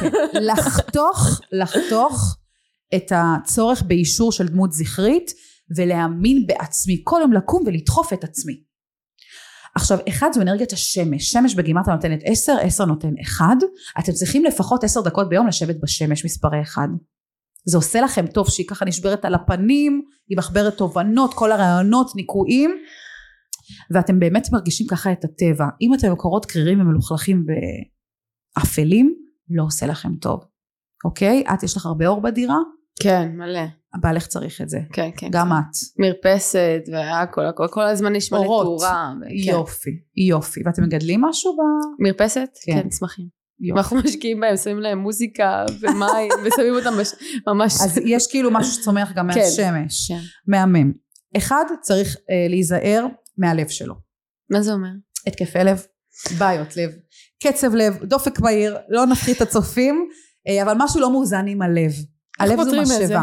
לחתוך, לחתוך, את הצורך באישור של דמות זכרית ולהאמין בעצמי, כל יום לקום ולדחוף את עצמי. עכשיו אחד זו אנרגיית השמש, שמש בגימטריה נותנת עשר, עשר נותן אחד, אתם צריכים לפחות עשר דקות ביום לשבת בשמש מספרי אחד. זה עושה לכם טוב שהיא ככה נשברת על הפנים, היא מחברת תובנות, כל הרעיונות, ניקויים, ואתם באמת מרגישים ככה את הטבע. אם אתם מקורות קרירים ומלוכלכים ואפלים, לא עושה לכם טוב. אוקיי? את יש לך הרבה אור בדירה? כן, מלא. הבעלך צריך את זה. כן, כן. גם כן. את. מרפסת והכל, הכל, כל הזמן נשמע לתאורה. ו- יופי, יופי. ואתם מגדלים משהו ב... מרפסת? כן. כן, צמחים. אנחנו משקיעים בהם, שמים להם מוזיקה ומים, ושמים אותם בש... ממש... אז יש כאילו משהו שצומח גם כן. מהשמש. כן. מהמם. אחד צריך אה, להיזהר מהלב שלו. מה זה אומר? התקפי לב, בעיות לב, קצב לב, דופק מהיר, לא נפחית את הצופים, אבל משהו לא מאוזן עם הלב. הלב זו משאבה.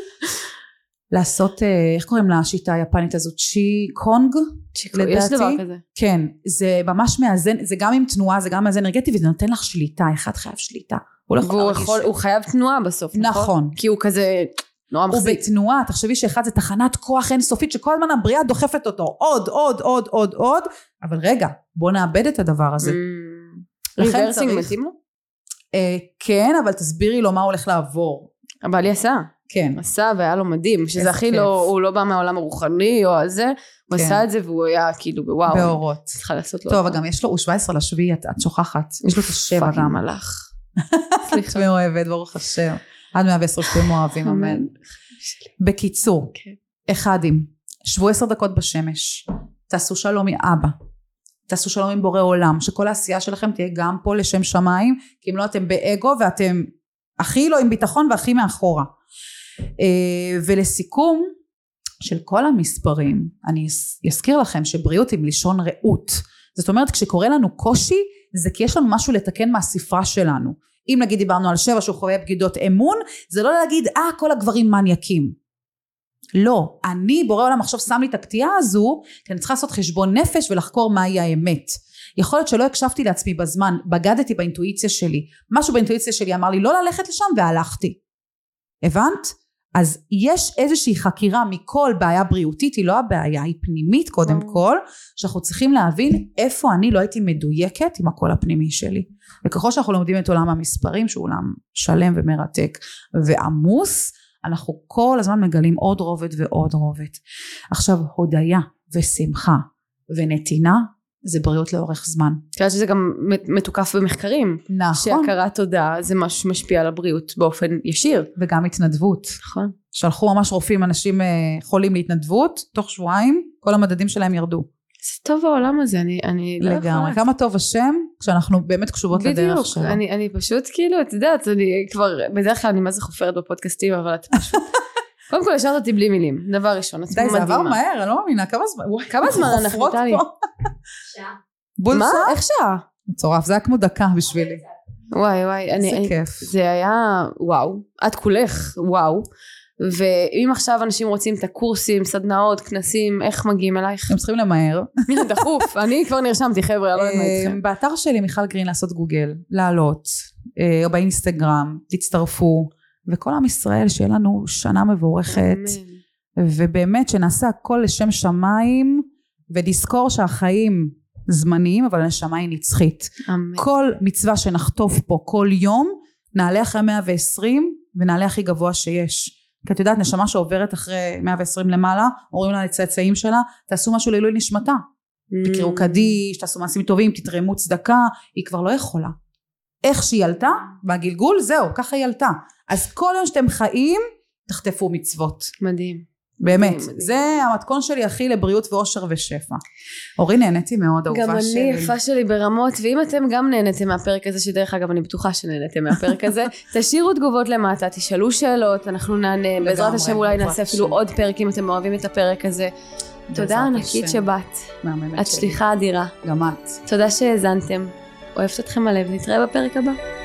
לעשות, איך קוראים לשיטה היפנית הזאת? צ'י קונג? יש דבר כזה. כן, זה ממש מאזן, זה גם עם תנועה, זה גם מאזן אנרגטי, וזה נותן לך שליטה, אחד חייב שליטה. הוא חייב תנועה בסוף, נכון? נכון. כי הוא כזה נורא מחזיק. הוא בתנועה, תחשבי שאחד זה תחנת כוח אינסופית, שכל הזמן הבריאה דוחפת אותו, עוד, עוד, עוד, עוד, עוד, אבל רגע, בוא נאבד את הדבר הזה. ריברסינג מתאים לו? כן, אבל תסבירי לו מה הולך לעבור. אבל היא עשה. כן. עשה והיה לו מדהים, שזה הכי לא, הוא לא בא מהעולם הרוחני או הזה, הוא עשה את זה והוא היה כאילו בוואו. באורות. צריכה לעשות לו. טוב, וגם יש לו, הוא שבע עשרה לשביעי, את שוכחת. יש לו את השבע גם. פאקינג מלאך. סליחה. מאוהבת, ברוך השם. עד מאה ועשר שתיים אוהבים, אמן. בקיצור, אחדים, שבו עשר דקות בשמש, תעשו שלום עם אבא, תעשו שלום עם בורא עולם, שכל העשייה שלכם תהיה גם פה לשם שמיים, כי אם לא אתם באגו ואתם הכי לא עם ביטחון והכי מאחורה. ולסיכום של כל המספרים, אני אזכיר לכם שבריאות עם לשון רעות, זאת אומרת כשקורה לנו קושי, זה כי יש לנו משהו לתקן מהספרה שלנו. אם נגיד דיברנו על שבע שהוא חווה בגידות אמון, זה לא להגיד אה כל הגברים מניאקים. לא, אני בורא עולם עכשיו שם לי את הקטיעה הזו, כי אני צריכה לעשות חשבון נפש ולחקור מהי האמת. יכול להיות שלא הקשבתי לעצמי בזמן, בגדתי באינטואיציה שלי, משהו באינטואיציה שלי אמר לי לא ללכת לשם והלכתי. הבנת? אז יש איזושהי חקירה מכל בעיה בריאותית, היא לא הבעיה, היא פנימית קודם כל, שאנחנו צריכים להבין איפה אני לא הייתי מדויקת עם הקול הפנימי שלי. וככל שאנחנו לומדים את עולם המספרים, שהוא עולם שלם ומרתק ועמוס, אנחנו כל הזמן מגלים עוד רובד ועוד רובד. עכשיו, הודיה ושמחה ונתינה, זה בריאות לאורך זמן. תראה שזה גם מתוקף במחקרים. נכון. שהכרת תודה זה משהו שמשפיע על הבריאות באופן ישיר. וגם התנדבות. נכון. שלחו ממש רופאים, אנשים חולים להתנדבות, תוך שבועיים, כל המדדים שלהם ירדו. זה טוב העולם הזה, אני, אני לא לגמרי. יכולה. כמה טוב השם, כשאנחנו באמת קשובות לדרך שלו. בדיוק, אני, אני פשוט כאילו, את יודעת, אני כבר, בדרך כלל אני מה זה חופרת בפודקאסטים, אבל את פשוט, קודם כל השארת אותי בלי מילים, דבר ראשון, את מדהימה. די, זה עבר מהר, אני לא מאמינה, כמה זמן, כמה זמן אנחנו טלי? שעה. בולסה? מה? איך שעה? מצורף, זה היה כמו דקה בשבילי. וואי וואי, אני, זה אני, כיף. זה היה, וואו, את כולך, וואו. ואם עכשיו אנשים רוצים את הקורסים, סדנאות, כנסים, איך מגיעים אלייך? הם צריכים למהר. דחוף, אני כבר נרשמתי חבר'ה, לא יודעת מה איתכם. באתר שלי מיכל גרין לעשות גוגל, לעלות, או באינסטגרם, תצטרפו, וכל עם ישראל שיהיה לנו שנה מבורכת, ובאמת שנעשה הכל לשם שמיים, ונזכור שהחיים זמניים, אבל הנשמה היא נצחית. כל מצווה שנחטוף פה כל יום, נעלה אחרי מאה ועשרים, ונעלה הכי גבוה שיש. כי את יודעת, נשמה שעוברת אחרי מאה ועשרים למעלה, אומרים לה לצאצאים שלה, תעשו משהו לעילוי נשמתה. Mm. תקראו קדיש, תעשו מעשים טובים, תתרמו צדקה, היא כבר לא יכולה. איך שהיא ילתה, בגלגול, זהו, ככה היא ילתה. אז כל יום שאתם חיים, תחטפו מצוות. מדהים. באמת, מדהים, מדהים. זה המתכון שלי הכי לבריאות ואושר ושפע. אורי, נהניתי מאוד, אהובה שלי. גם אני יפה שלי ברמות, ואם אתם גם נהנתם מהפרק הזה, שדרך אגב אני בטוחה שנהנתם מהפרק הזה, תשאירו תגובות למטה, תשאלו שאלות, אנחנו נענה, בעזרת השם אולי נעשה אפילו עוד פרק אם אתם אוהבים את הפרק הזה. תודה ענקית שבאת, את שליחה אדירה. גם את. תודה שהאזנתם, אוהבת אתכם הלב, נתראה בפרק הבא.